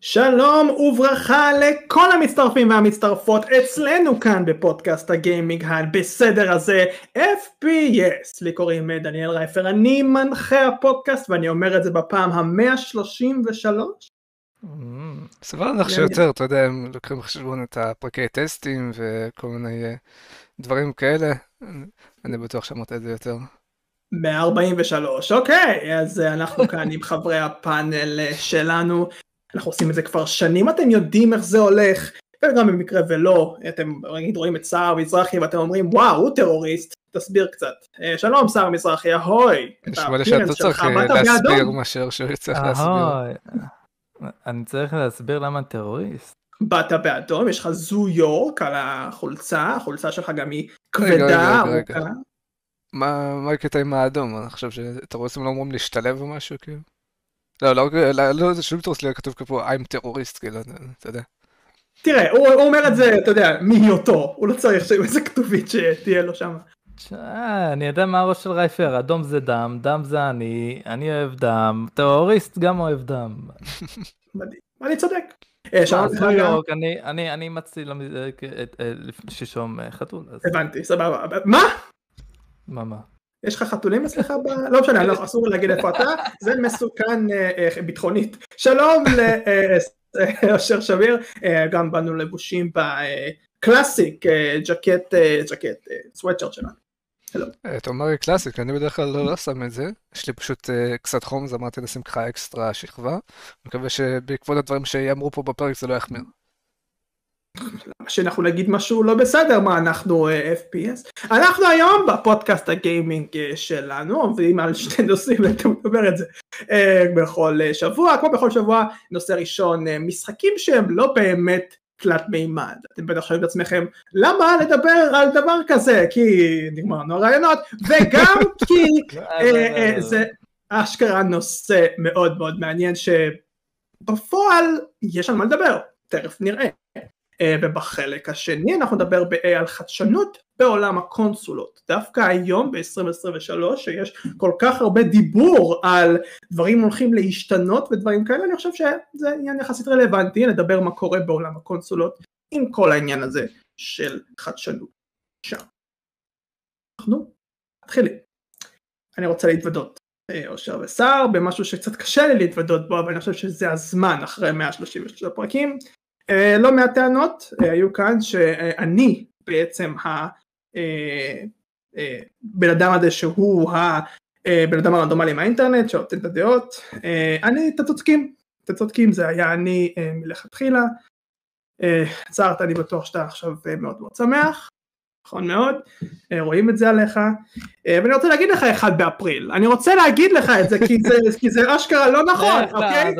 שלום וברכה לכל המצטרפים והמצטרפות אצלנו כאן בפודקאסט הגיימינג בסדר הזה FPS. לי קוראים דניאל רייפר, אני מנחה הפודקאסט ואני אומר את זה בפעם ה-133. סבבה לך שיותר, אתה יודע, הם לוקחים בחשבון את הפרקי טסטים וכל מיני דברים כאלה. אני בטוח שאמרת את זה יותר. 143, אוקיי, אז אנחנו כאן עם חברי הפאנל שלנו. אנחנו עושים את זה כבר שנים, אתם יודעים איך זה הולך, וגם במקרה ולא, אתם רואים את סער מזרחי ואתם אומרים וואו הוא טרוריסט, תסביר קצת. שלום סער מזרחי, אהוי. נשמע לי שאתה צריך להסביר מאשר שהוא צריך להסביר. אני צריך להסביר למה טרוריסט. באת באדום, יש לך זו יורק על החולצה שלך גם היא כבדה. רגע. מה הקטע עם האדום? אני חושב שטרוריסטים לא אומרים להשתלב או משהו כאילו? לא, זה שום טרוריסט, כתוב פה I'm טרוריסט, כאילו, אתה יודע. תראה, הוא אומר את זה, אתה יודע, מהיותו, הוא לא צריך איזה כתובית שתהיה לו שם. אני יודע מה הראש של רייפר, אדום זה דם, דם זה אני אוהב דם, טרוריסט גם אוהב דם. מדהים, אני צודק. אני מציל ששום חתול. הבנתי, סבבה. מה? מה? יש לך חתולים אצלך? לא משנה, אסור להגיד איפה אתה, זה מסוכן ביטחונית. שלום לאשר שמיר, גם באנו לבושים בקלאסיק, ג'קט, סוואטשרט שלנו. אתה אומר לי קלאסיק, אני בדרך כלל לא שם את זה, יש לי פשוט קצת חום, אז אמרתי לשים ככה אקסטרה שכבה, מקווה שבעקבות הדברים שיאמרו פה בפרק זה לא יחמיר. למה שאנחנו נגיד משהו לא בסדר, מה אנחנו FPS? אנחנו היום בפודקאסט הגיימינג שלנו, עובדים על שני נושאים, ואתה מדבר את זה בכל שבוע, כמו בכל שבוע, נושא ראשון, משחקים שהם לא באמת תלת מימד, אתם בטח שואלים את עצמכם, למה לדבר על דבר כזה? כי נגמרנו הרעיונות, וגם כי זה אשכרה נושא מאוד מאוד מעניין, שבפועל יש על מה לדבר, תכף נראה. ובחלק השני אנחנו נדבר על חדשנות בעולם הקונסולות, דווקא היום ב-2023 שיש כל כך הרבה דיבור על דברים הולכים להשתנות ודברים כאלה, אני חושב שזה עניין יחסית רלוונטי, נדבר מה קורה בעולם הקונסולות עם כל העניין הזה של חדשנות שם. אנחנו מתחילים. אני רוצה להתוודות אושר וסער במשהו שקצת קשה לי להתוודות בו, אבל אני חושב שזה הזמן אחרי 133 פרקים. לא מעט טענות היו כאן שאני בעצם הבן אדם הזה שהוא הבן אדם הרנדומלי מהאינטרנט שנותן את הדעות, אתם צודקים, זה היה אני מלכתחילה. צערת, אני בטוח שאתה עכשיו מאוד מאוד שמח, נכון מאוד, רואים את זה עליך, ואני רוצה להגיד לך 1 באפריל, אני רוצה להגיד לך את זה, כי זה אשכרה לא נכון, אוקיי?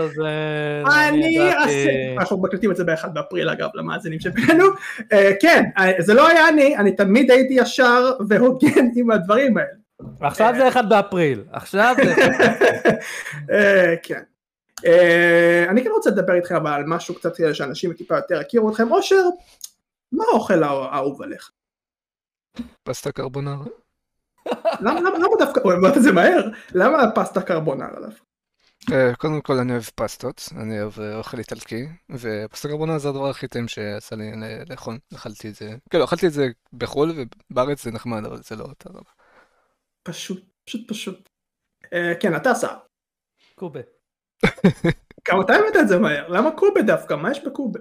אנחנו מקלטים את זה ב1 באפריל אגב, למאזינים שבינינו, כן, זה לא היה אני תמיד הייתי ישר והוגן עם הדברים האלה. עכשיו זה 1 באפריל, עכשיו זה 1. כן. אני כן רוצה לדבר איתכם על משהו קצת שאנשים טיפה יותר הכירו אתכם, אושר, מה האוכל האהוב עליך? פסטה קרבונרה. למה דווקא, אמרת את זה מהר, למה פסטה קרבונרה דווקא? קודם כל אני אוהב פסטות, אני אוהב אוכל איטלקי, ופסטה קרבונרה זה הדבר הכי טעים שעשה לי לאכול, אכלתי את זה, כאילו אכלתי את זה בחול ובארץ זה נחמד, אבל זה לא אותה רבה. פשוט. כן, אתה עשה. קובה. כמה אתה הבאת את זה מהר? למה קובה דווקא? מה יש בקובה?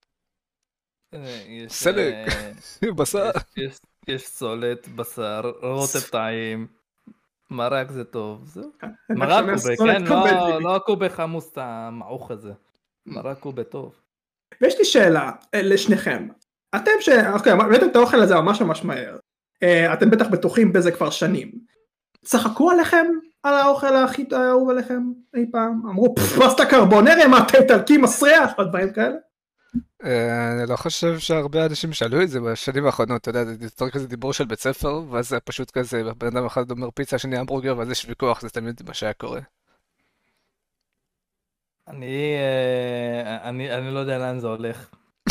סלק, בשר. יש סולת, בשר, רוטב טעים, מרק זה טוב, זהו. מרק קובה, כן? לא קובה חמוס את המעוך הזה. מרק קובה טוב. ויש לי שאלה לשניכם. אתם הבאתם את האוכל הזה ממש מהר. אתם בטח בטוחים בזה כבר שנים. צחקו עליכם על האוכל הכי אהוב עליכם אי פעם? אמרו פסטה קרבונרה, מה אתה איטלקי מסריח? ודברים כאלה? אני לא חושב שהרבה אנשים שאלו את זה בשנים האחרונות, אתה יודע, זה יותר כזה דיבור של בית ספר, ואז זה פשוט כזה, בן אדם אחד אומר פיצה, שני המבורגר, ואז יש ויכוח, זה תמיד מה שהיה קורה. אני לא יודע לאן זה הולך.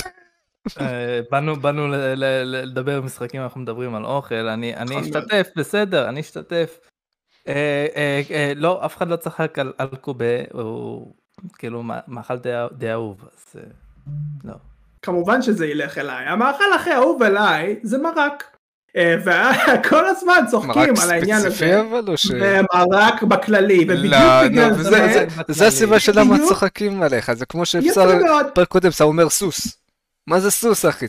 באנו לדבר במשחקים, אנחנו מדברים על אוכל, אני אשתתף, בסדר, אני אשתתף. לא, אף אחד לא צחק על קובה, כאילו מאכל די אהוב, אז לא. כמובן שזה ילך אליי, המאכל הכי אהוב אליי זה מרק. וכל הזמן צוחקים על העניין הזה. מרק ספציפי אבל או ש... מרק בכללי, ובדיוק בגלל זה... זה הסיבה שלמה צוחקים עליך, זה כמו שאפשר... פרק קודם, אתה אומר סוס. מה זה סוס אחי?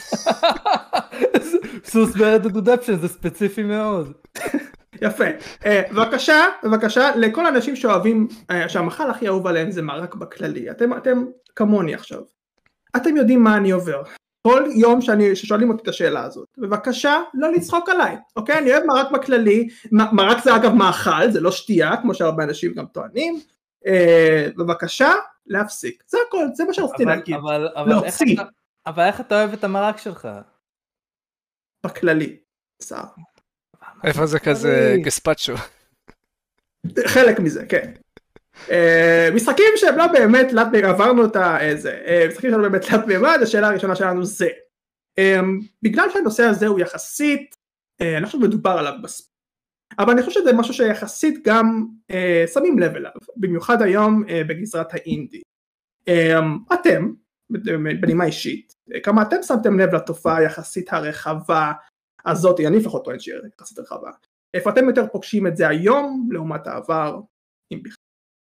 סוס ב-Red Dead Redemption זה ספציפי מאוד. יפה. בבקשה, לכל האנשים שאוהבים, שהמאכל הכי אהוב עליהם זה מרק בכללי. אתם כמוני עכשיו. אתם יודעים מה אני עובר. כל יום ששואלים אותי את השאלה הזאת, בבקשה לא לצחוק עליי, אוקיי? אני אוהב מרק בכללי, מרק זה אגב מאכל, זה לא שתייה, כמו שהרבה אנשים גם טוענים, בבקשה להפסיק, זה הכל, זה מה שרציתי להגיד, להוציא. אבל איך אתה אוהב את המרק שלך? בכללי, שר. איפה זה כזה גספצ'ו? חלק מזה, כן. משחקים שהם לא באמת תלת מימד, עברנו את משחקים שלא באמת תלת מימד, השאלה הראשונה שלנו זה, בגלל שהנושא הזה הוא יחסית, אני חושב מדובר עליו בספורט, אבל אני חושב שזה משהו שיחסית גם שמים לב אליו, במיוחד היום בגזרת האינדי. אתם, בנימה אישית, כמה אתם שמתם לב לתופעה היחסית הרחבה הזאת, אני לפחות טוען שהיא יחסית רחבה, איפה אתם יותר פוגשים את זה היום לעומת העבר, אם בכלל.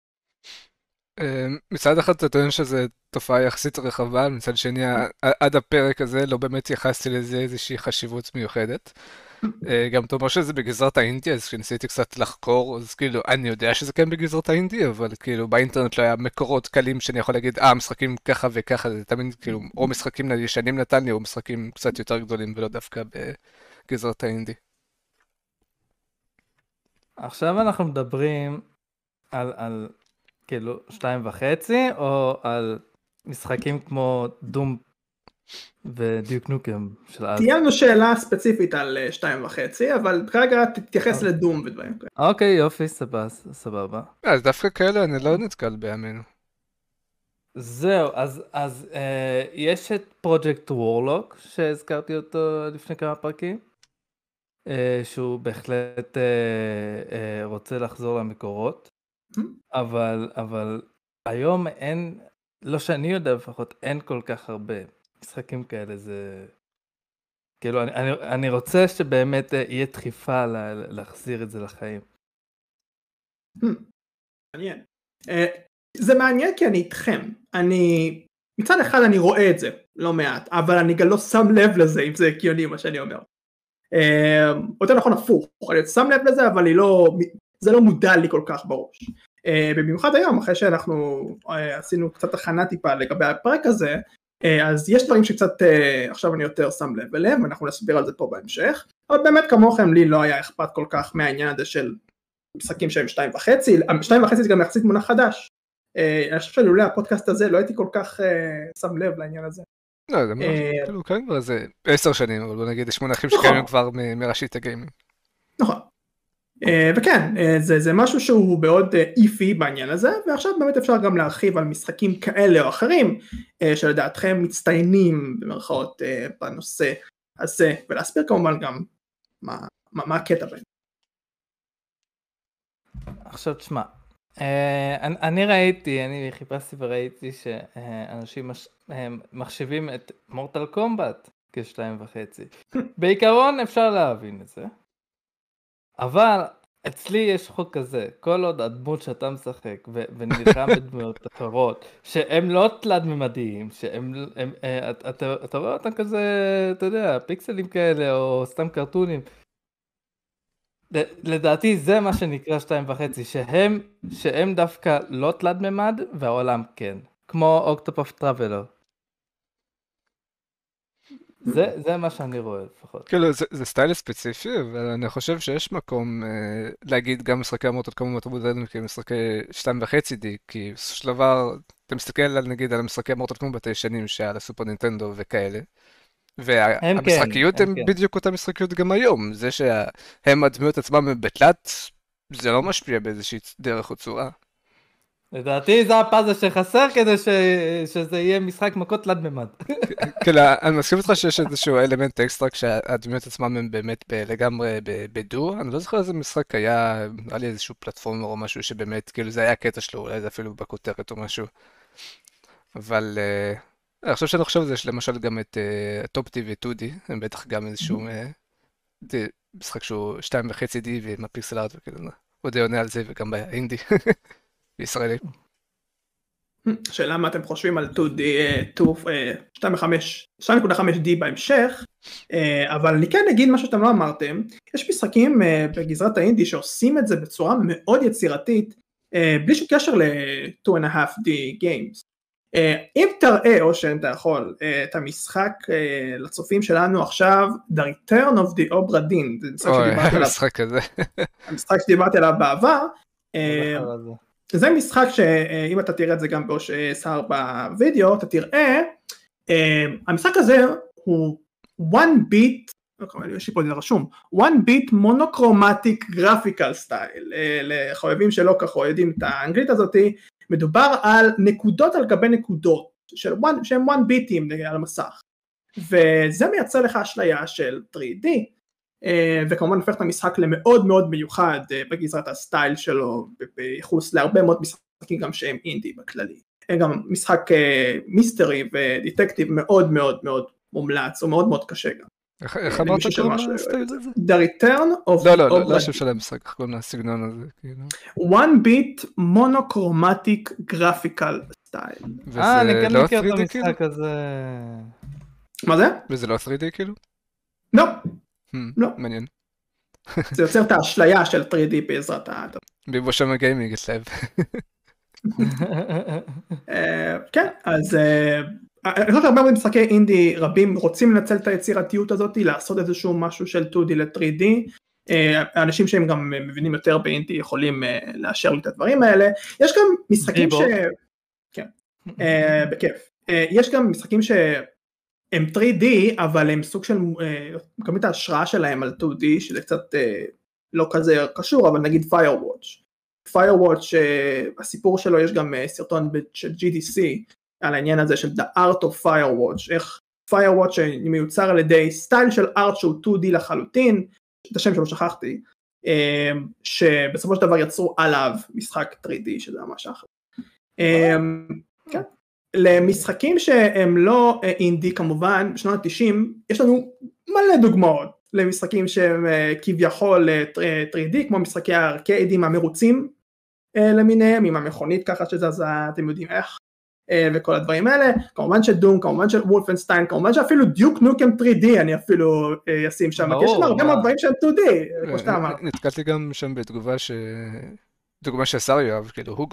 מצד אחד אתה טוען שזו תופעה יחסית רחבה, מצד שני עד הפרק הזה לא באמת יחסתי לזה איזושהי חשיבות מיוחדת. גם אתה אומר שזה בגזרת האינדי, אז כשניסיתי קצת לחקור, אז כאילו אני יודע שזה כן בגזרת האינדי, אבל כאילו באינטרנט לא היה מקורות קלים שאני יכול להגיד, משחקים ככה וככה, זה תמיד כאילו או משחקים ישנים נתן לי, או משחקים קצת יותר גדולים ולא דווקא בגזרת האינדי. עכשיו אנחנו מדברים על כאילו 2.5 או על משחקים כמו דום ודיוק נוקם של אז? תהיה לנו שאלה ספציפית על 2.5, אבל כרגע תתייחס לדום ודברים כאלה. אוקיי, יופי, סבבה. אז דווקא כאלה אני לא נתקל בימינו. זהו, אז יש את פרויקט וורלוק שהזכרתי אותו לפני כמה פרקים, שהוא בהחלט רוצה לחזור למקורות. אבל היום אין, לא שאני יודע לפחות, אין כל כך הרבה משחקים כאלה, זה כאילו אני רוצה שבאמת יהיה דחיפה להחזיר את זה לחיים. מעניין. זה מעניין כי אני איתכם, מצד אחד אני רואה את זה לא מעט, אבל אני גם לא שם לב לזה אם זה הגיוני מה שאני אומר. יותר נכון הפוך, אני שם לב לזה אבל זה לא מודע לי כל כך בראש. במיוחד היום, אחרי שאנחנו עשינו קצת הכנה טיפה לגבי הפרק הזה, אז יש דברים שקצת עכשיו אני יותר שם לב אליהם, ואנחנו נסביר על זה פה בהמשך, אבל באמת כמוכם לי לא היה אכפת כל כך מהעניין הזה של משחקים שהם 2.5, 2.5 זה גם יחסית מונח חדש, אני חושב שלולא הפודקאסט הזה לא הייתי כל כך שם לב לעניין הזה. לא, זה כאילו כאן כבר זה 10 שנים, אבל בוא נגיד יש מונחים שקיימים כבר מראשית הגיימינג. נכון. וכן, זה משהו שהוא מאוד איפי בעניין הזה, ועכשיו באמת אפשר גם להרחיב על משחקים כאלה או אחרים, שלדעתכם מצטיינים במרכאות בנושא הזה, ולהסביר כמובן גם מה הקטע בהם. עכשיו תשמע, אני חיפשתי וראיתי שאנשים מחשיבים את מורטל קומבט כ2.5. בעיקרון אפשר להבין את זה. אבל אצלי יש חוק כזה, כל עוד הדמות שאתה משחק ונלחם בדמויות אחרות, שהם לא תלת ממדיים, אתה רואה אותם כזה, אתה יודע, פיקסלים כאלה או סתם קרטונים, לדעתי זה מה שנקרא 2.5, שהם דווקא לא תלת ממד והעולם כן, כמו אוקטופאף טראבלר. זה מה שאני רואה לפחות. כאילו זה סטייל ספציפי, אבל אני חושב שיש מקום להגיד גם משחקי המורטל קומבט מודרניים כמשחקי 2.5D, כי בסופו של דבר אתה מסתכל נגיד על המשחקי המורטל קומבט הישנים שעל הסופר נינטנדו וכאלה, והמשחקיות הם בדיוק אותה משחקיות גם היום, זה שהם הדמויות עצמם בתלת, זה לא משפיע באיזושהי דרך או צורה. לדעתי זה הפאזל שחסר כדי שזה יהיה משחק מכות תלת ממד. כאילו, אני מסכים איתך שיש איזשהו אלמנט אקסטרה כשהדמויות עצמם הם באמת לגמרי בדו. אני לא זוכר איזה משחק היה לי איזשהו פלטפורמר או משהו שבאמת, כאילו זה היה הקטע שלו, אולי זה אפילו בכותרת או משהו. אבל אני חושב שאני חושב על זה, יש למשל גם את טופ-טי ו-2D, הם בטח גם איזשהו משחק שהוא 2.5D ועם הפיקסל ארט וכאילו, הוא די עונה על זה וגם באינדי, בישראלי. שאלה מה אתם חושבים על 2D, 2.5D בהמשך, אבל אני כן אגיד משהו שאתם לא אמרתם, יש משחקים בגזרת האינדי שעושים את זה בצורה מאוד יצירתית, בלי שום קשר ל-2.5D games. אם תראה, או שאם אתה יכול, את המשחק לצופים שלנו עכשיו, The Return of the Obra Dinn, המשחק שדיברתי עליו בעבר, זה משחק שאם אתה תראה את זה גם באוש סער בווידאו, אתה תראה, המשחק הזה הוא one bit, יש לי פה זה רשום, one bit monochromatic graphical style, לחובבים שלא ככה יודעים את האנגלית הזאת, מדובר על נקודות על גבי נקודות, שהם one ביטים על המסך, וזה מייצר לך אשליה של 3D, וכמובן הופך את המשחק למאוד מאוד מיוחד בגזרת הסטייל שלו, ביחוס להרבה מאוד משחקים גם שהם אינדי בכללי. גם משחק מיסטרי ודיטקטיב מאוד מאוד מאוד מומלץ, הוא מאוד מאוד קשה גם. איך אמרת קוראים לסטייל הזה? The Return of... לא חושב של המשחק, איך קוראים לסגנון הזה? One Bit Monochromatic Graphical Style. אני כן מכיר את המשחק הזה. מה זה? וזה לא 3D כאילו? לא. לא. מעניין. זה יוצר את האשליה של 3D בעזרת האדם. ביבושם הגיימינג אצלב. כן, אז אני חושב שהרבה מאוד משחקי אינדי רבים רוצים לנצל את היצירתיות הזאת, לעשות איזשהו משהו של 2D ל-3D, האנשים שהם גם מבינים יותר באינדי יכולים לאשר לי את הדברים האלה, יש גם משחקים כן, בכיף, יש גם משחקים הם 3D, אבל הם סוג של, מקבלים את ההשראה שלהם על 2D, שזה קצת לא כזה קשור, אבל נגיד Firewatch. Firewatch, הסיפור שלו, יש גם סרטון של GDC, על העניין הזה של The Art of Firewatch, איך Firewatch מיוצר על ידי סטייל של ארט שהוא 2D לחלוטין, את השם שלו שכחתי, שבסופו של דבר יצרו עליו משחק 3D, שזה ממש אחר. כן. למשחקים שהם לא אינדי כמובן, בשנות ה-90 יש לנו מלא דוגמאות למשחקים שהם כביכול 3D, כמו משחקי הארקיידים המרוצים למיניהם, עם המכונית ככה שזזה, אתם יודעים איך, וכל הדברים האלה, כמובן של דום, כמובן של וולפנשטיין, כמובן שאפילו דיוק נוקם 3D אני אפילו אשים שם, כי יש לנו הרבה מאוד דברים שהם 2D, כמו שאתה אמר. נתקלתי גם שם דוגמה ששר יואב, כאילו הוגו.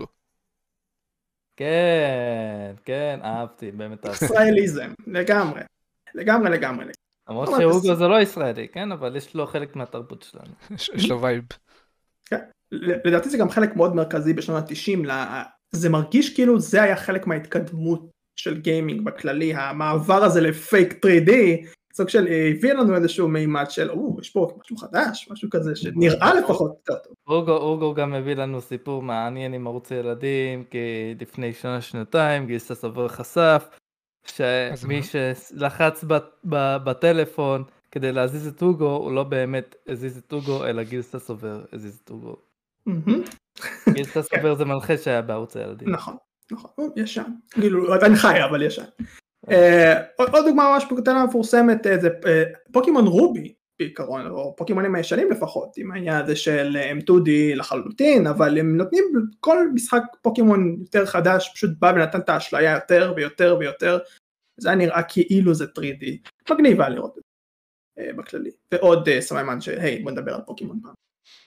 כן, אהבתי, באמת אהבתי. ישראליזם, לגמרי. למרות שהוגו זה לא ישראלי, כן? אבל יש לו חלק מהתרבות שלנו. יש לו וייב. כן, לדעתי זה גם חלק מאוד מרכזי בשנות ה-90, זה מרגיש כאילו זה היה חלק מההתקדמות של גיימינג בכללי, המעבר הזה לפייק 3D, סוג של הביא לנו איזשהו מימד של, יש פה משהו חדש, משהו כזה שנראה לפחות יותר טוב. אוגו גם הביא לנו סיפור מעניין עם ערוץ ילדים, כי לפני שנתיים גיסא סובר חשף, שמי שלחץ בטלפון כדי להזיז את אוגו, הוא לא באמת הזיז את אוגו, אלא גיסא סובר הזיז את אוגו. גיסא סובר זה מנחה שהיה בערוץ הילדים. נכון, ישן, כאילו עדיין חי אבל ישן. עוד דוגמה ממש קטנה מפורסמת, זה פוקימון רובי בעיקרון, או פוקימונים הישנים לפחות, עם העניין הזה של M2D לחלוטין, אבל הם נותנים כל משחק פוקימון יותר חדש, פשוט בא ונתן את האשליה יותר ויותר ויותר, זה היה נראה כאילו זה 3D, מגניבה לראות את זה בכללי, ועוד סמיימן שהי בוא נדבר על פוקימון פעם.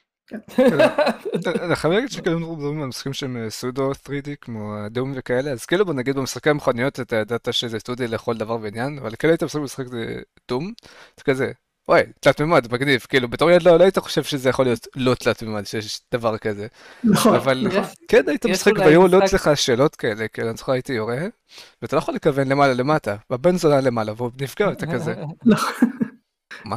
אני חייב להגיד שכאילו מדברים על משחקים שהם סודו 3D כמו דום וכאלה, אז כאילו בוא נגיד במשחקי המכוניות אתה ידעת שזה 2D לכל דבר ועניין, אבל כאילו היית משחק דום, זה כזה, וואי, תלת ממד, מגניב, כאילו בתור יד לא היית חושב שזה יכול להיות לא תלת ממד, שיש דבר כזה, אבל כן היית משחק והיו לא אצלך שאלות כאלה, כאילו אני זוכר הייתי יורה, ואתה לא יכול לכוון למעלה למטה, בבן זונה למעלה והוא נפגע, אתה כזה. מה?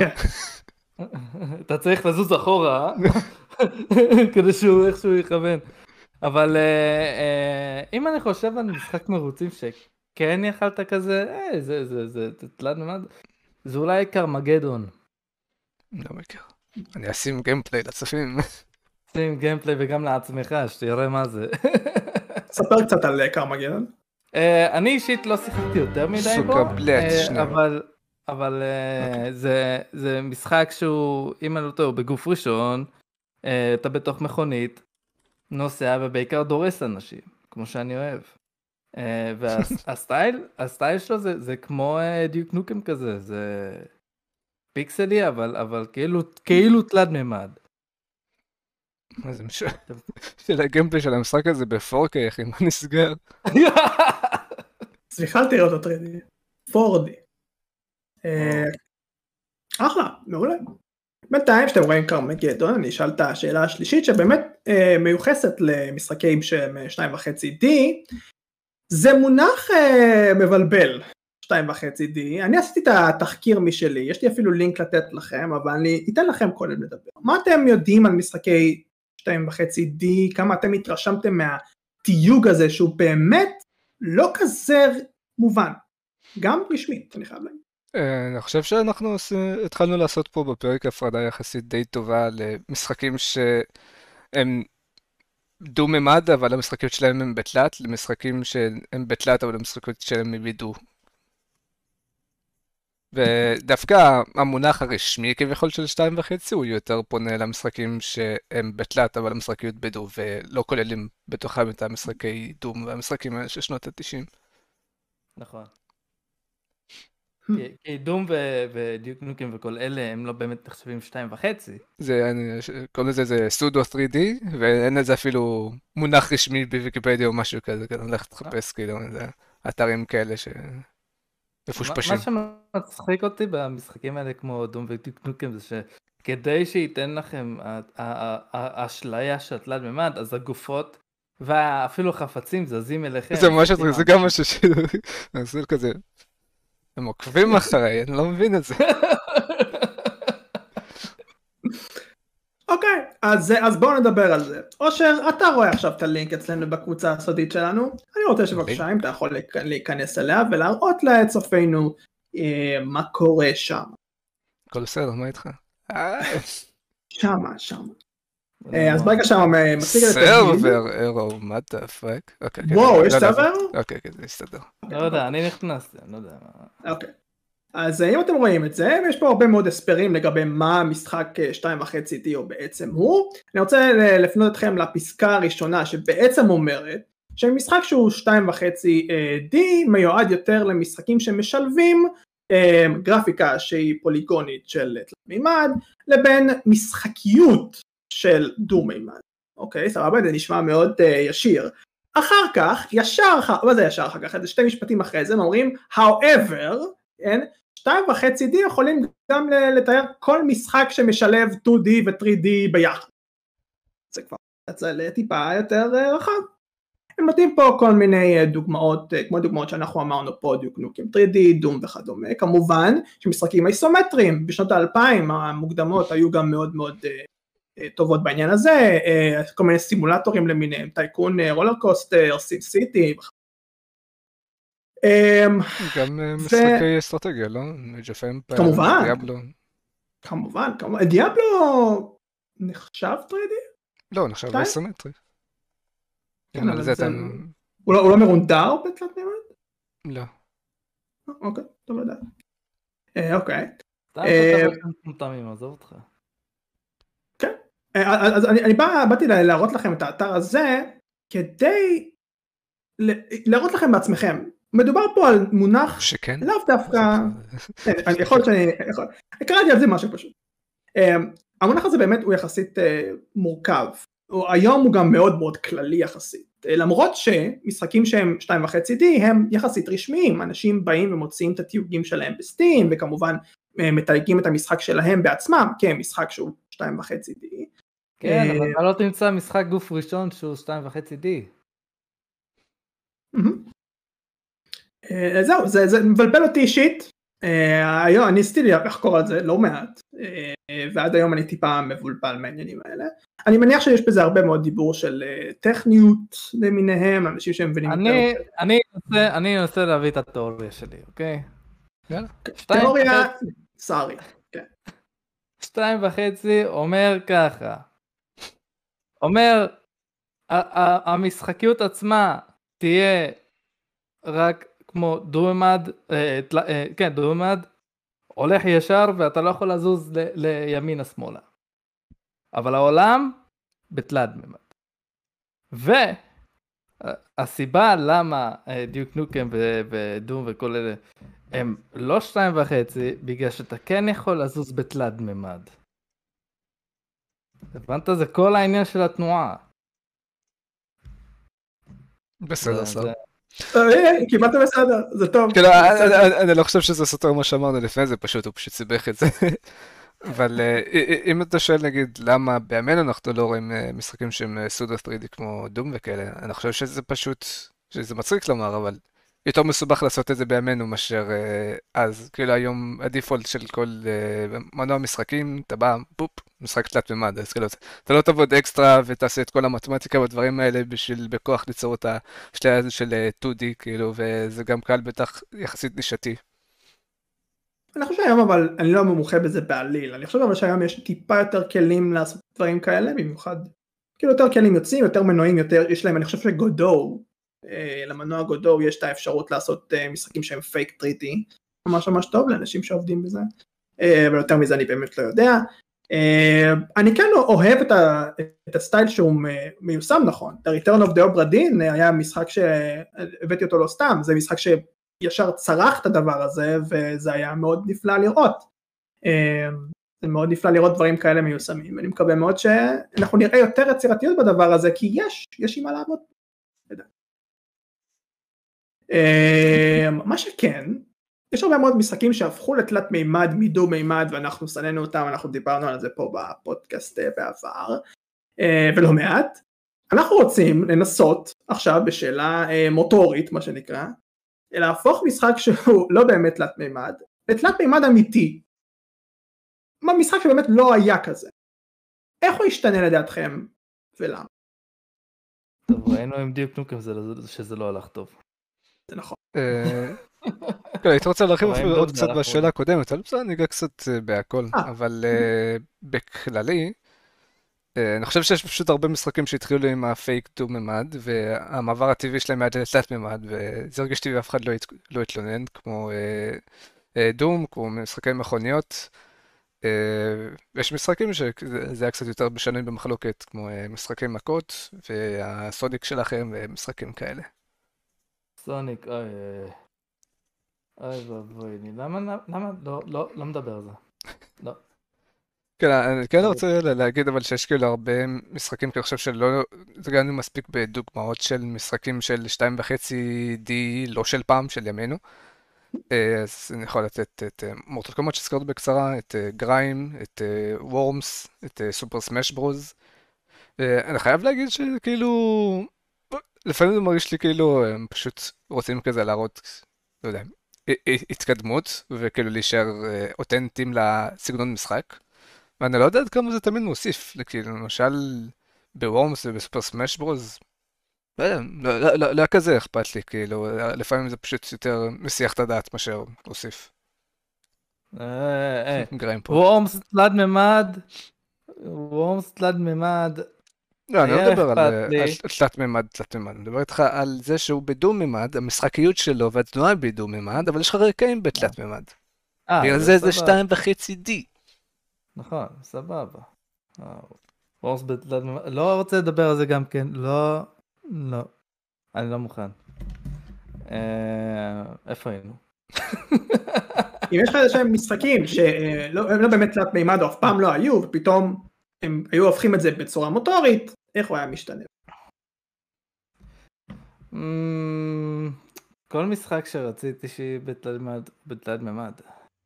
אתה צריך לזוז אחורה, כדי שהוא איכשהו יכוון. אבל אם אני חושב על משחק מרוצים שכן יכלת כזה, זה תלת ממד, זה אולי קרמגדון. לא מכיר. אני אשים גיימפליי לצופים. שים גיימפליי וגם לעצמך, שתראה מה זה. ספר קצת על קרמגדון. אני אישית לא שיחקתי יותר מדי בו, סוגה בלט, שנייה. אבל זה משחק שהוא, אם אני לא טועה, הוא בגוף ראשון, אתה בתוך מכונית, נוסע ובעיקר דורס אנשים, כמו שאני אוהב. והסטייל שלו זה כמו דיוק נוקם כזה, זה פיקסלי, אבל כאילו תלת ממד. מה זה משהו? של הגיימפליי של המשחק הזה ב-4K, אחי, מה נסגר? סליחה, תראה אותו טרדי. 4D. אחלה, מעולה. בינתיים שאתם רואים קרמגדון, אני אשאל את השאלה השלישית שבאמת מיוחסת למשחקים שהם 2.5D. זה מונח מבלבל, 2.5D. אני עשיתי את התחקיר משלי, יש לי אפילו לינק לתת לכם, אבל אני אתן לכם קודם לדבר. מה אתם יודעים על משחקי 2.5D? כמה אתם התרשמתם מהתיוג הזה שהוא באמת לא כזה מובן, גם רשמית, אני חייב להגיד. אני חושב שאנחנו התחלנו לעשות פה בפרק הפרדה יחסית די טובה למשחקים שהם דו-ממד, אבל המשחקים שלהם הם בתלת, למשחקים שהם בתלת, אבל המשחקים שלהם הם בדו. ודווקא המונח הרשמי כביכול של 2.5 הוא יותר פונה למשחקים שהם בתלת, אבל המשחקיות בדו, ולא כוללים בתוכם את המשחקי דום והמשחקים האלה של שנות ה-90. נכון. כי דום ודיוק נוקם וכל אלה הם לא באמת נחשבים 2.5. קוראים לזה זה סודו 3D, ואין לזה אפילו מונח רשמי בוויקיפדיה או משהו כזה, כדי ללכת לחפש כאילו אתרים כאלה מפושפשים. מה שמצחיק אותי במשחקים האלה כמו דום ודיוק נוקם זה שכדי שייתן לכם האשליה של תלת ממד, אז הגופות ואפילו חפצים זזים אליכם. זה גם משהו זה כזה. הם עוקבים אחריי, אני לא מבין את זה. אוקיי, אז בואו נדבר על זה. אושר, אתה רואה עכשיו את הלינק אצלנו בקבוצה הסודית שלנו. אני רוצה שבבקשה, אם אתה יכול להיכנס אליה ולהראות לצופינו מה קורה שם. הכל בסדר, מה איתך? שמה. אז ברגע שם מציג את סרבר אירו, מה אתה פאק? וואו, יש סרבר? אוקיי, זה יסתדר. לא יודע, אני נכנסתי, אני לא יודע מה. אוקיי. אז אם אתם רואים את זה, יש פה הרבה מאוד הסברים לגבי מה המשחק 2.5D הוא בעצם הוא. אני רוצה לפנות אתכם לפסקה הראשונה שבעצם אומרת שמשחק שהוא 2.5D מיועד יותר למשחקים שמשלבים גרפיקה שהיא פוליגונית של תלת מימד לבין משחקיות של דו מימד. אוקיי, סבבה, זה נשמע מאוד ישיר. אחר כך, מה זה ישר אחר כך? זה שתי משפטים אחרי זה, הם אומרים, however, 2.5D יכולים גם לתאר כל משחק שמשלב 2D ו-3D ביחד. זה כבר יצא טיפה יותר רחב. הם נותנים פה כל מיני דוגמאות, כמו דוגמאות שאנחנו אמרנו פה, דיוק נוקם 3D, דום וכדומה. כמובן שמשחקים איסומטריים בשנות ה-2000 המוקדמות היו גם מאוד מאוד טובות בעניין הזה, כל מיני סימולטורים למיניהם, טייקון רולר קוסטר, סים סיטי. גם משחקי אסטרטגיה, לא? כמובן. דיאבלו. כמובן. דיאבלו נחשב 3D? לא, נחשב איסומטרי. הוא לא מרונדר בתלת מימד? לא. אוקיי, טוב לדעת. אוקיי. עזוב אותך. כן. אז אני באתי להראות לכם את האתר הזה כדי להראות לכם בעצמכם. מדובר פה על מונח שכן? לאו דווקא, אני יכול קראתי על זה משהו פשוט. המונח הזה באמת הוא יחסית מורכב, היום הוא גם מאוד מאוד כללי יחסית, למרות שמשחקים שהם 2.5D הם יחסית רשמיים, אנשים באים ומוצאים את התיוגים שלהם בסטים, וכמובן מתייגים את המשחק שלהם בעצמם כמשחק שהוא 2.5D. כן, אבל אתה לא תמצא משחק גוף ראשון שהוא 2.5D. זהו, זה מבלבל אותי אישית, היום אני ניסיתי לחקור על זה לא מעט, ועד היום אני טיפה מבולבל מהעניינים האלה. אני מניח שיש בזה הרבה מאוד דיבור של טכניות למיניהם, אנשים שהם מבינים יותר. אני אנסה להביא את התיאוריה שלי, אוקיי? תיאוריה, סארי. 2.5 אומר ככה, אומר המשחקיות עצמה תהיה רק כמו דו-ממד, כן דו-ממד, הולך ישר ואתה לא יכול לזוז לימינה שמאלה, אבל העולם בתלת ממד. והסיבה למה דיוק נוקם ודום וכל אלה הם לא 2.5, בגלל שאתה כן יכול לזוז בתלת ממד. הבנת? זה כל העניין של התנועה. בסדר, סתם. כמעט בסדר, זה טוב. אני לא חושב שזה סותר מה שאמרנו לפני זה, הוא פשוט סיבך את זה. אבל אם אתה שואל נגיד למה בימינו אנחנו לא רואים משחקים שהם סודו 3D כמו דום וכאלה, אני חושב שזה פשוט, שזה מצחיק לומר, אבל יותר מסובך לעשות את זה בימינו מאשר אז. כאילו היום הדיפולט של כל מנוע משחקים, אתה בא, בופ, משחק תלת ממד, אז כאילו אתה לא תעבוד אקסטרה ותעשה את כל המתמטיקה והדברים האלה בשביל בכוח ליצור את השתי הזה של 2D, כאילו, וזה גם קל בטח יחסית נישתי. אני חושב שהיום אבל אני לא מומחה בזה בעליל, אני חושב אבל שהיום יש טיפה יותר כלים לעשות דברים כאלה, במיוחד כאילו יותר כלים יוצאים, יותר מנועים, יותר יש להם, אני חושב שגודו, למנוע גודו יש את האפשרות לעשות משחקים שהם פייק 3D, ממש ממש טוב לאנשים שעובדים בזה, אבל יותר מזה אני באמת לא יודע. אני כן אוהב את הסטייל שהוא מיושם נכון, The Return of the Obra Dinn היה משחק שהבאתי אותו לא סתם, זה משחק שישר צרח את הדבר הזה, וזה היה מאוד נפלא לראות. זה מאוד נפלא לראות דברים כאלה מיושמים, ואני מקווה מאוד שאנחנו נראה יותר יצירתיות בדבר הזה, כי יש עם מה לעבוד. מה שכן, יש הרבה מאוד משחקים שהפכו לתלת מימד מדו מימד, ואנחנו סננו אותם, אנחנו דיברנו על זה פה בפודקאסט בעבר, ולא מעט. אנחנו רוצים לנסות עכשיו בשאלה מוטורית, מה שנקרא, להפוך משחק שהוא לא באמת תלת מימד, לתלת מימד אמיתי. משחק שבאמת לא היה כזה. איך הוא ישתנה לדעתכם ולמה? טוב, ראינו עם דיוק נוקם שזה לא הלך טוב. זה נכון. הייתי רוצה להרחיב אפילו עוד קצת בשאלה הקודמת, אבל בסדר, ניגע קצת בהכל, אבל בכללי, אני חושב שיש פשוט הרבה משחקים שהתחילו עם הפייק דו ממד, והמעבר הטבעי שלהם היה לתלת ממד, וזה הרגיש טבעי ואף אחד לא התלונן, כמו דום, כמו משחקי מכוניות, ויש משחקים שזה היה קצת יותר בשנוי במחלוקת, כמו משחקי מכות, והסוניק שלכם, ומשחקים כאלה. סוניק, אוי ואבוי, למה לא מדבר על זה? לא. כן, אני כן רוצה להגיד אבל שיש כאילו הרבה משחקים, כי אני חושב שלא, זה גם מספיק בדוגמאות של משחקים של 2.5D, לא של פעם, של ימינו. אז אני יכול לתת את מורטל קומבט שזכרנו בקצרה, את גריים, את וורמס, את סופר סמאש ברוז. אני חייב להגיד שכאילו, לפעמים זה מרגיש לי כאילו הם פשוט רוצים כזה להראות, לא יודע, התקדמות, וכאילו להישאר אותנטיים לסגנון משחק. ואני לא יודע עד כמה זה תמיד מוסיף, כאילו למשל בוורמס ובסופר סמאש ברוז, לא היה כזה אכפת לי, כאילו לפעמים זה פשוט יותר מסיח את הדעת מאשר להוסיף. וורמס תלת ממד, לא, אני לא מדבר על תלת ממד, אני מדבר איתך על זה שהוא בדו ממד, המשחקיות שלו והתנועה בדו ממד, אבל יש לך רקעים בתלת ממד. בגלל זה 2.5D. נכון, סבבה. וורמס בתלת ממד, לא רוצה לדבר על זה גם כן, לא, אני לא מוכן. איפה היינו? אם יש לך איזה משחקים שהם לא באמת תלת מימד או אף פעם לא היו, ופתאום הם היו הופכים את זה בצורה מוטורית, איך הוא היה משתנה? כל משחק שרציתי שיהיה בתלת מימד.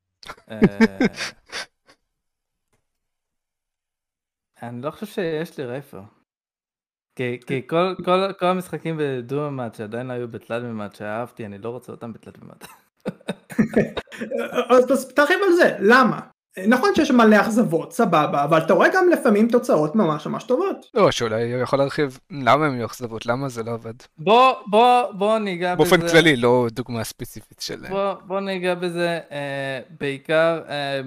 אני לא חושב שיש לי רייפר. כי כל המשחקים בדו ממד שעדיין היו בתלת ממד שאהבתי, אני לא רוצה אותם בתלת ממד. אז תרחיב על זה, למה? נכון שיש מלא אכזבות, סבבה, אבל אתה רואה גם לפעמים תוצאות ממש ממש טובות. או שאולי הוא יכול להרחיב למה הם יהיו אכזבות, למה זה לא עבד. בוא ניגע בזה. באופן כללי, לא דוגמה ספציפית שלהם. בוא ניגע בזה, בעיקר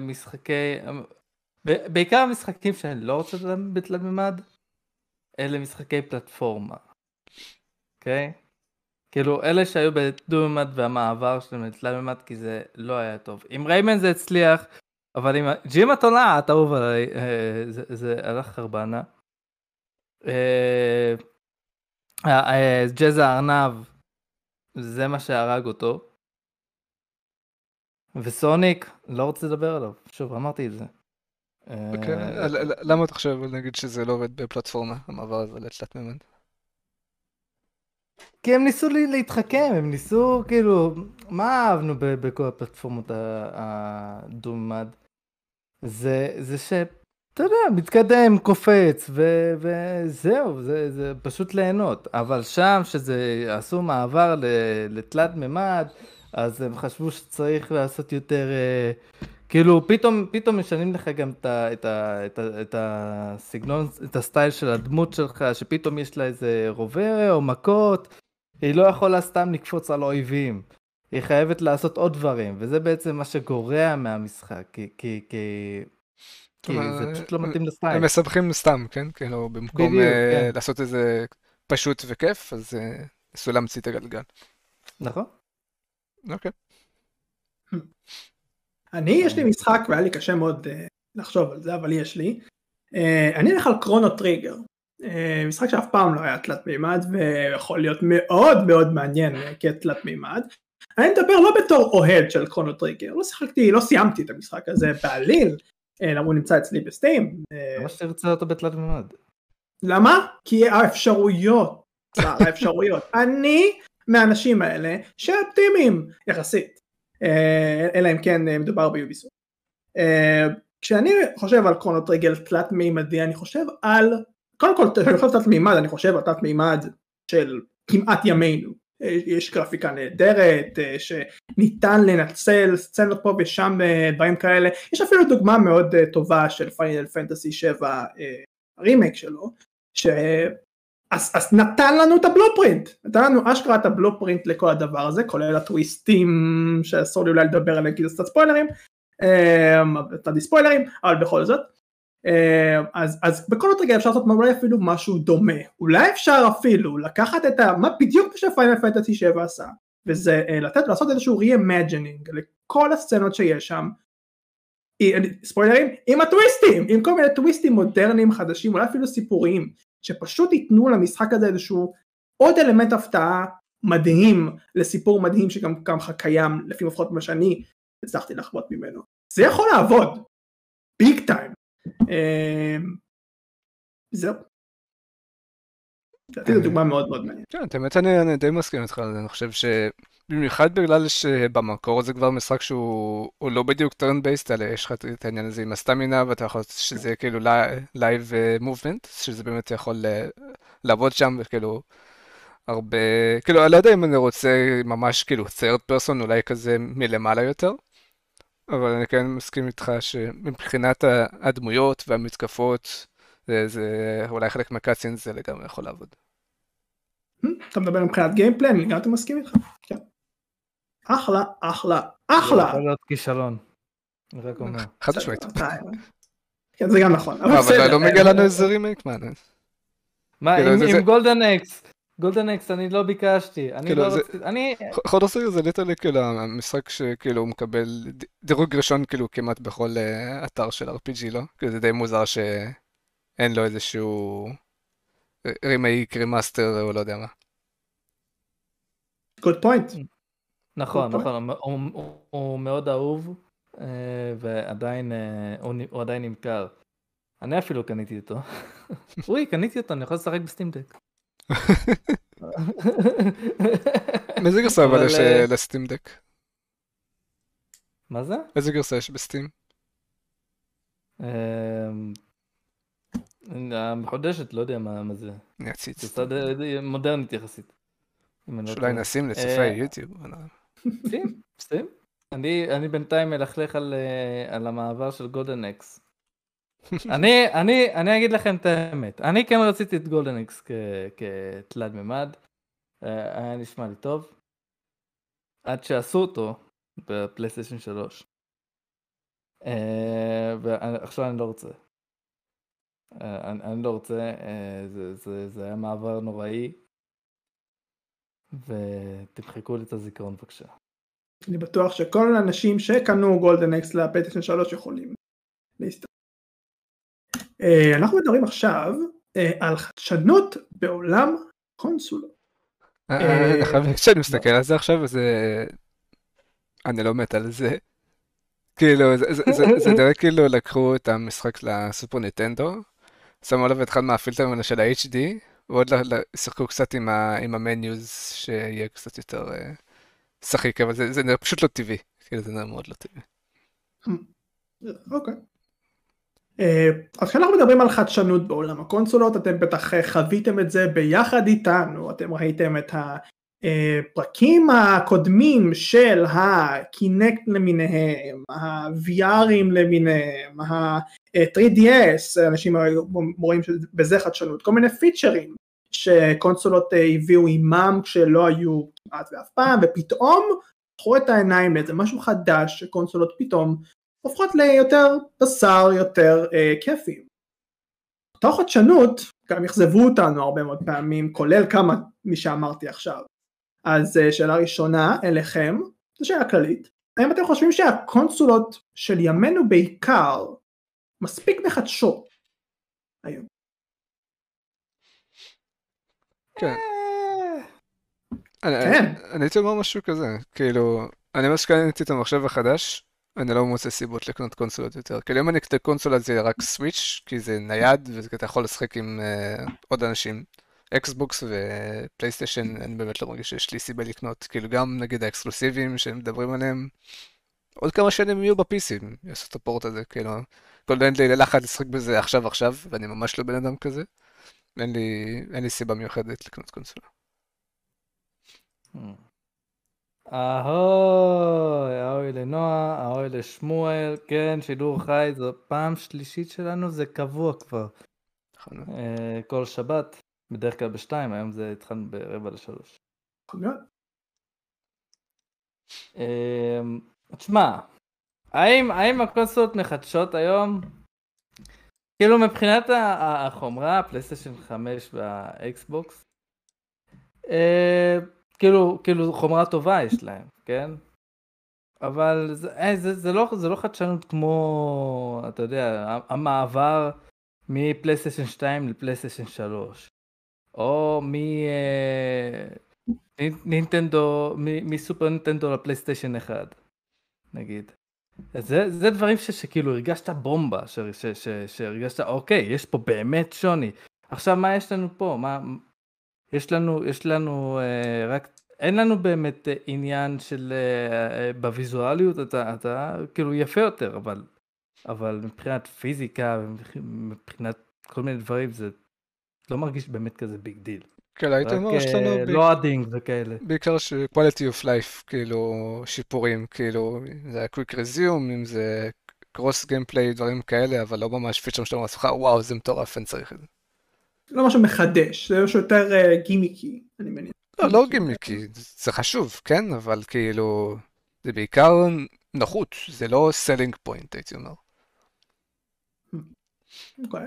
בעיקר משחקים שאני לא רוצה לדעת בתלת מימד, אלה משחקי פלטפורמה. אוקיי? כאילו, אלה שהיו בדו מימד והמעבר שלהם לתלת מימד, כי זה לא היה טוב. עם ריימן זה הצליח, אבל עם ג'ימה תולעת, אהוב עליי, זה הלך חרבנה. ג'אז הארנב, זה מה שהרג אותו. וסוניק, לא רוצה לדבר עליו, שוב, אמרתי את זה. אוקיי, למה אתה חושב, נגיד שזה לא עובד בפלטפורמה, המעבר הזה לתלת מימד? כי הם ניסו להתחכם, הם ניסו כאילו, מה אהבנו בכל הפלטפורמות הדו-ממד? זה אתה יודע, מתקדם, קופץ, וזהו, זה פשוט ליהנות. אבל שם, שזה עשו מעבר לתלת ממד, אז הם חשבו שצריך לעשות יותר, כאילו, פתאום משנים לך גם את הסגנון, את הסטייל של הדמות שלך, שפתאום יש לה איזה רובה או מכות, היא לא יכולה סתם לקפוץ על אויבים. היא חייבת לעשות עוד דברים, וזה בעצם מה שגורע מהמשחק, כי זה פשוט לא מתאים לסטייל. הם מסבכים סתם, כן? כאילו, במקום לעשות איזה פשוט וכיף, אז ניסו להמציא את הגלגל. נכון. אוקיי. יש לי משחק, והיה לי קשה מאוד לחשוב על זה, אבל יש לי. אני אלך על קרונו טריגר. משחק שאף פעם לא היה תלת מימד, ויכול להיות מאוד מאוד מעניין כתלת מימד. אני מדבר לא בתור אוהד של קרונו טריגר, לא סיימתי את המשחק הזה בעליל, למה הוא נמצא אצלי בסטים. למה שתרצה אותו בתלת מימד? למה? כי האפשרויות, אני מהאנשים האלה שאופטימיים יחסית, אלא אם כן מדובר ביוביסופט. כשאני חושב על קרונו טריגר תלת מימדי, אני חושב על, קודם כל, כשאני חושב תלת מימד, אני חושב על תלת מימד של כמעט ימינו. יש גרפיקה נהדרת, שניתן לנצל סצנות פה ושם, דברים כאלה. יש אפילו דוגמה מאוד טובה של פיינל פנטסי 7, הרימייק שלו, אז נתן לנו את הבלופרינט, נתן לנו אשכרה את הבלופרינט לכל הדבר הזה, כולל הטוויסטים, שאסור לי אולי לדבר עליהם, כי זה קצת ספוילרים, ספוילרים, אבל בכל זאת. אז בכל זאת רגע אפשר לעשות אולי אפילו משהו דומה, אולי אפשר אפילו לקחת את מה בדיוק שפיינל פנטסי 7 עשה, וזה לעשות איזשהו re-imagining לכל הסצנות שיש שם, ספוילרים, עם הטוויסטים, עם כל מיני טוויסטים מודרניים חדשים, אולי אפילו סיפוריים, שפשוט ייתנו למשחק הזה איזשהו עוד אלמנט הפתעה מדהים, לסיפור מדהים שגם ככה קיים, לפי לפחות מה שאני הצלחתי לחוות ממנו. זה יכול לעבוד, ביג טיים. זהו. זו דוגמה מאוד מאוד מעניינת. כן, באמת אני די מסכים איתך על זה, אני חושב שבמיוחד בגלל שבמקור זה כבר משחק שהוא לא בדיוק turn based, אלא יש לך את העניין הזה עם הסטמינה, ואתה יכול שזה יהיה כאילו live movement, שזה באמת יכול לעבוד שם, וכאילו הרבה, כאילו אני לא יודע אם אני רוצה ממש כאילו third person, אולי כזה מלמעלה יותר, אבל אני כן מסכים איתך שמבחינת הדמויות והמתקפות, זה אולי חלק מהקאצין זה לגמרי יכול לעבוד. אתה מדבר מבחינת גיימפלי, אני גם מסכים איתך. אחלה. זה יכול להיות כישלון. אני רק אומר. חד משמעית. כן, זה גם נכון. אבל לא מגיע לנו איזה רימייק, מה? מה, עם גולדן אקס? גולדן אקס אני לא ביקשתי, אני לא רציתי, חוד עשיר זה ליטרלי כאילו המשחק שכאילו הוא מקבל דירוג ראשון כאילו כמעט בכל אתר של RPG, לא? כאילו זה די מוזר שאין לו איזשהו רימייק, רימאסטר או לא יודע מה. Good point. נכון, הוא מאוד אהוב ועדיין הוא עדיין נמכר. אני אפילו קניתי אותו. קניתי אותו, אני יכול לשחק בסטימדק. איזה גרסה אבל יש לסטים דק? מה זה? איזה גרסה יש בסטים? המחודשת, לא יודע מה זה. אני אציץ. גרסה מודרנית יחסית. שאולי נשים לצופי יוטיוב. סטים? אני בינתיים מלכלך על המעבר של גולדן אקס. אני אגיד לכם את האמת, אני כן רציתי את גולדן אקס כתלת ממד, היה נשמע לי טוב, עד שעשו אותו בפלייסטיישן 3, ועכשיו אני לא רוצה. אני לא רוצה, זה היה מעבר נוראי, ותמחקו לי את הזיכרון בבקשה. אני בטוח שכל האנשים שקנו גולדן אקס לפלייסטיישן 3 יכולים להסתכל. אנחנו מדברים עכשיו על חדשנות בעולם קונסולות. כשאני מסתכל על זה עכשיו, אני לא מת על זה. כאילו, זה דרך כאילו לקחו את המשחק לסופר ניטנדו, שמו עליו את אחד מהפילטרים האלה של ה-HD, ועוד שיחקו קצת עם המניוז שיהיה קצת יותר שחיק, אבל זה נראה פשוט לא טבעי. כאילו, זה נראה מאוד לא טבעי. אוקיי. אז כשאנחנו מדברים על חדשנות בעולם הקונסולות, אתם בטח חוויתם את זה ביחד איתנו, אתם ראיתם את הפרקים הקודמים של הקינקט למיניהם, ה-VRים למיניהם, ה-3DS, אנשים רואים שבזה חדשנות, כל מיני פיצ'רים שקונסולות הביאו עימם כשלא היו כמעט ואף פעם, ופתאום פתחו את העיניים לאיזה משהו חדש שקונסולות פתאום הופכות ליותר בשר, יותר כיפים. אותה חדשנות גם יחזבו אותנו הרבה מאוד פעמים, כולל כמה מי שאמרתי עכשיו. אז שאלה ראשונה אליכם, זו שאלה כללית, האם אתם חושבים שהקונסולות של ימינו בעיקר מספיק מחדשות היום? כן. אני הייתי אומר משהו כזה, כאילו, אני ממש קניתי את המחשב החדש, אני לא מוצא סיבות לקנות קונסולות יותר. כאילו אם אני אקנה קונסולה זה רק סוויץ', כי זה נייד, ואתה יכול לשחק עם עוד אנשים. אקסבוקס ופלייסטיישן, אני באמת לא מרגיש שיש לי סיבה לקנות. כאילו גם נגיד האקסקלוסיביים שמדברים עליהם, עוד כמה שנים יהיו ב-PC, יעשו את הפורט הזה, כאילו. כל אין לי לחץ לשחק בזה עכשיו, ואני ממש לא בן אדם כזה. אין לי סיבה מיוחדת לקנות קונסולה. אהוי לנועה, אהוי לשמואל, כן, שידור חי, זו פעם שלישית שלנו, זה קבוע כבר. כל שבת, בדרך כלל ב2, היום זה התחלנו ב2:45. תשמע, האם הקונסולות מחדשות היום? כאילו מבחינת החומרה, הפלייסטיישן 5 והאקסבוקס, כאילו חומרה טובה יש להם, כן? אבל זה לא חדשנות כמו, אתה יודע, המעבר מפלייסטיישן 2 לפלייסטיישן 3, או מסופר נינטנדו לפלייסטיישן 1, נגיד. זה דברים שכאילו הרגשת בומבה, שהרגשת, אוקיי, יש פה באמת שוני. עכשיו מה יש לנו פה? יש לנו רק, אין לנו באמת עניין של בוויזואליות, אתה כאילו יפה יותר, אבל מבחינת פיזיקה, מבחינת כל מיני דברים, זה לא מרגיש באמת כזה ביג דיל. כן, הייתי אומר, יש לנו לואדינג וכאלה. בעיקר quality of life, כאילו, שיפורים, כאילו, זה היה quick resume, אם זה cross gameplay, דברים כאלה, אבל לא ממש פיצ'ר שאתה אומר לעצמך, וואו, זה מטורף, אני צריך את זה. לא משהו מחדש, זה משהו יותר גימיקי, אני מניח. לא גימיקי, זה חשוב, כן, אבל כאילו, זה בעיקר נוחות, זה לא selling point, הייתי אומר. אוקיי.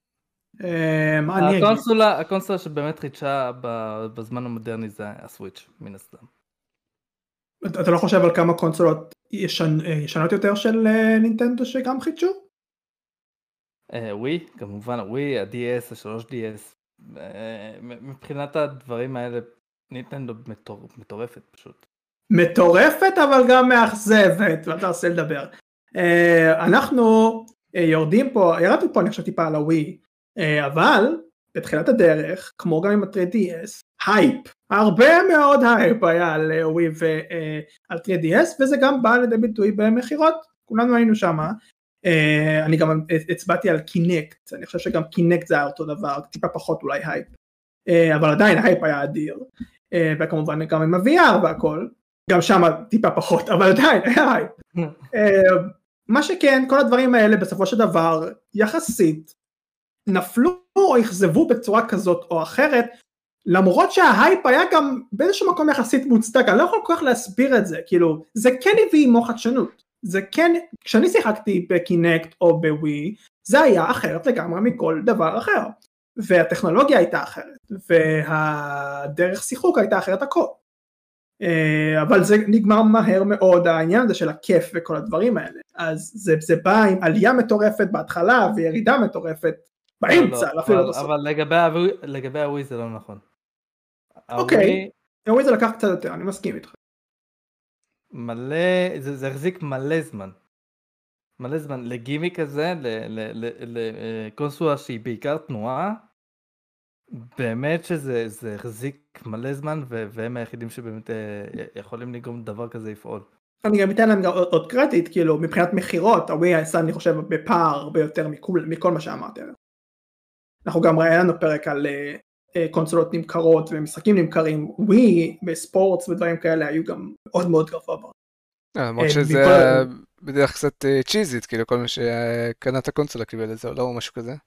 הקונסולה שבאמת חידשה בזמן המודרני זה הסוויץ' מן הסתם. אתה לא חושב על כמה קונסולות ישנות יותר של נינטנדו שגם חידשו? ווי, כמובן, ווי, ה-DS, ה-3DS, מבחינת הדברים האלה, נינטנדו מטורפת פשוט. מטורפת אבל גם מאכזבת, ואתה עושה לדבר. אנחנו יורדים פה, ירדנו פה אני חושב טיפה על הווי, אבל בתחילת הדרך, כמו גם עם ה-3DS, הייפ, הרבה מאוד הייפ היה על ווי ועל 3DS, וזה גם בא לידי ביטוי במחירות, כולנו היינו שם, אני גם הצבעתי על קינקט, אני חושב שגם קינקט זה היה אותו דבר, טיפה פחות אולי הייפ, אבל עדיין הייפ היה אדיר, וכמובן גם עם ה-VR והכל, גם שם טיפה פחות, אבל עדיין, היה הייפ. מה שכן, כל הדברים האלה בסופו של דבר, יחסית, נפלו או אכזבו בצורה כזאת או אחרת, למרות שההייפ היה גם באיזשהו מקום יחסית מוצדק, אני לא יכול כל כך להסביר את זה, כאילו, זה כן הביא עמו חדשנות, זה כן, כשאני שיחקתי בקינקט או בווי, זה היה אחרת לגמרי מכל דבר אחר, והטכנולוגיה הייתה אחרת, והדרך שיחוק הייתה אחרת הכל, אבל זה נגמר מהר מאוד העניין הזה של הכיף וכל הדברים האלה, אז זה בא עם עלייה מטורפת בהתחלה וירידה מטורפת באמצע, אפילו לא בסוף. אבל לגבי הווי זה לא נכון. אוקיי, הווי זה לקח קצת יותר, אני מסכים איתך. מלא, זה החזיק מלא זמן. מלא זמן, לגימיק הזה, לקונסולה שהיא בעיקר תנועה, באמת שזה החזיק מלא זמן, והם היחידים שבאמת יכולים לגרום דבר כזה לפעול. אני גם אתן להם עוד קרדיט, כאילו מבחינת מחירות, הווי עשה אני חושב בפער הרבה יותר מכל מה שאמרתי. אנחנו גם ראינו לנו פרק על קונסולות נמכרות ומשחקים נמכרים, ווי בספורטס ודברים כאלה היו גם מאוד מאוד גבוה. למרות שזה בדרך קצת צ'יזית, כאילו כל מי שקנה את הקונסולה קיבל את זה, או לא משהו כזה.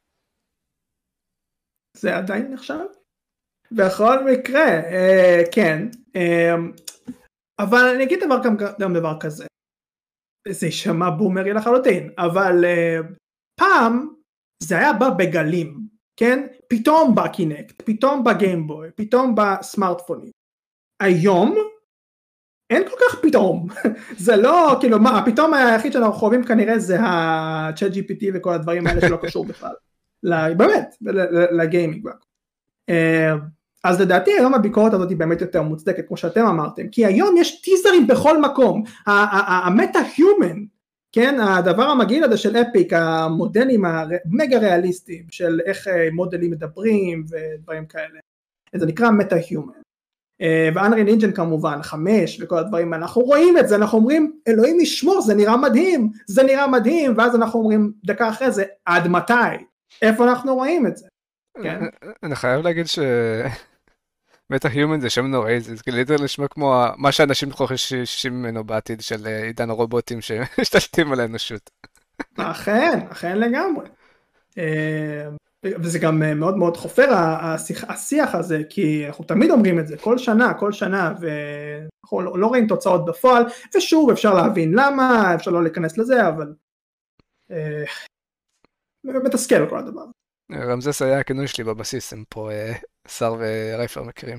זה עדיין נחשב? בכל מקרה, כן. אבל אני אגיד גם דבר כזה. זה יישמע בומרי לחלוטין, אבל פעם זה היה בא בגלים, כן? פתאום בקינקט, פתאום בגיימבוי, פתאום בסמארטפונים. היום אין כל כך פתאום. זה לא, כאילו, מה, הפתאום היחיד שאנחנו חווים כנראה זה ה-Chat GPT וכל הדברים האלה שלא קשור בכלל. באמת, לגיימינג. אז לדעתי היום הביקורת הזאת היא באמת יותר מוצדקת, כמו שאתם אמרתם, כי היום יש טיזרים בכל מקום, המטה-human, כן, הדבר המגעיל הזה של אפיק, המודלים המגה ריאליסטיים, של איך מודלים מדברים ודברים כאלה, זה נקרא מטה-human, ואנריל אינג'ן כמובן, 5 וכל הדברים, אנחנו רואים את זה, אנחנו אומרים, אלוהים ישמור, זה נראה מדהים, זה נראה מדהים, ואז אנחנו אומרים דקה אחרי זה, עד מתי? איפה אנחנו רואים את זה? אני חייב להגיד ש... מטה-human זה שם נוראי, זה כאילו לשמוע כמו מה שאנשים חוששים ממנו בעתיד של עידן הרובוטים שמשתלטים על האנושות. אכן לגמרי. וזה גם מאוד מאוד חופר השיח הזה, כי אנחנו תמיד אומרים את זה, כל שנה, ואנחנו לא רואים תוצאות בפועל, ושוב אפשר להבין למה, אפשר לא להיכנס לזה, אבל מתסכל כל הדבר. רמזס היה הכינוי שלי בבסיס, הם פה שר ורייפר מכירים.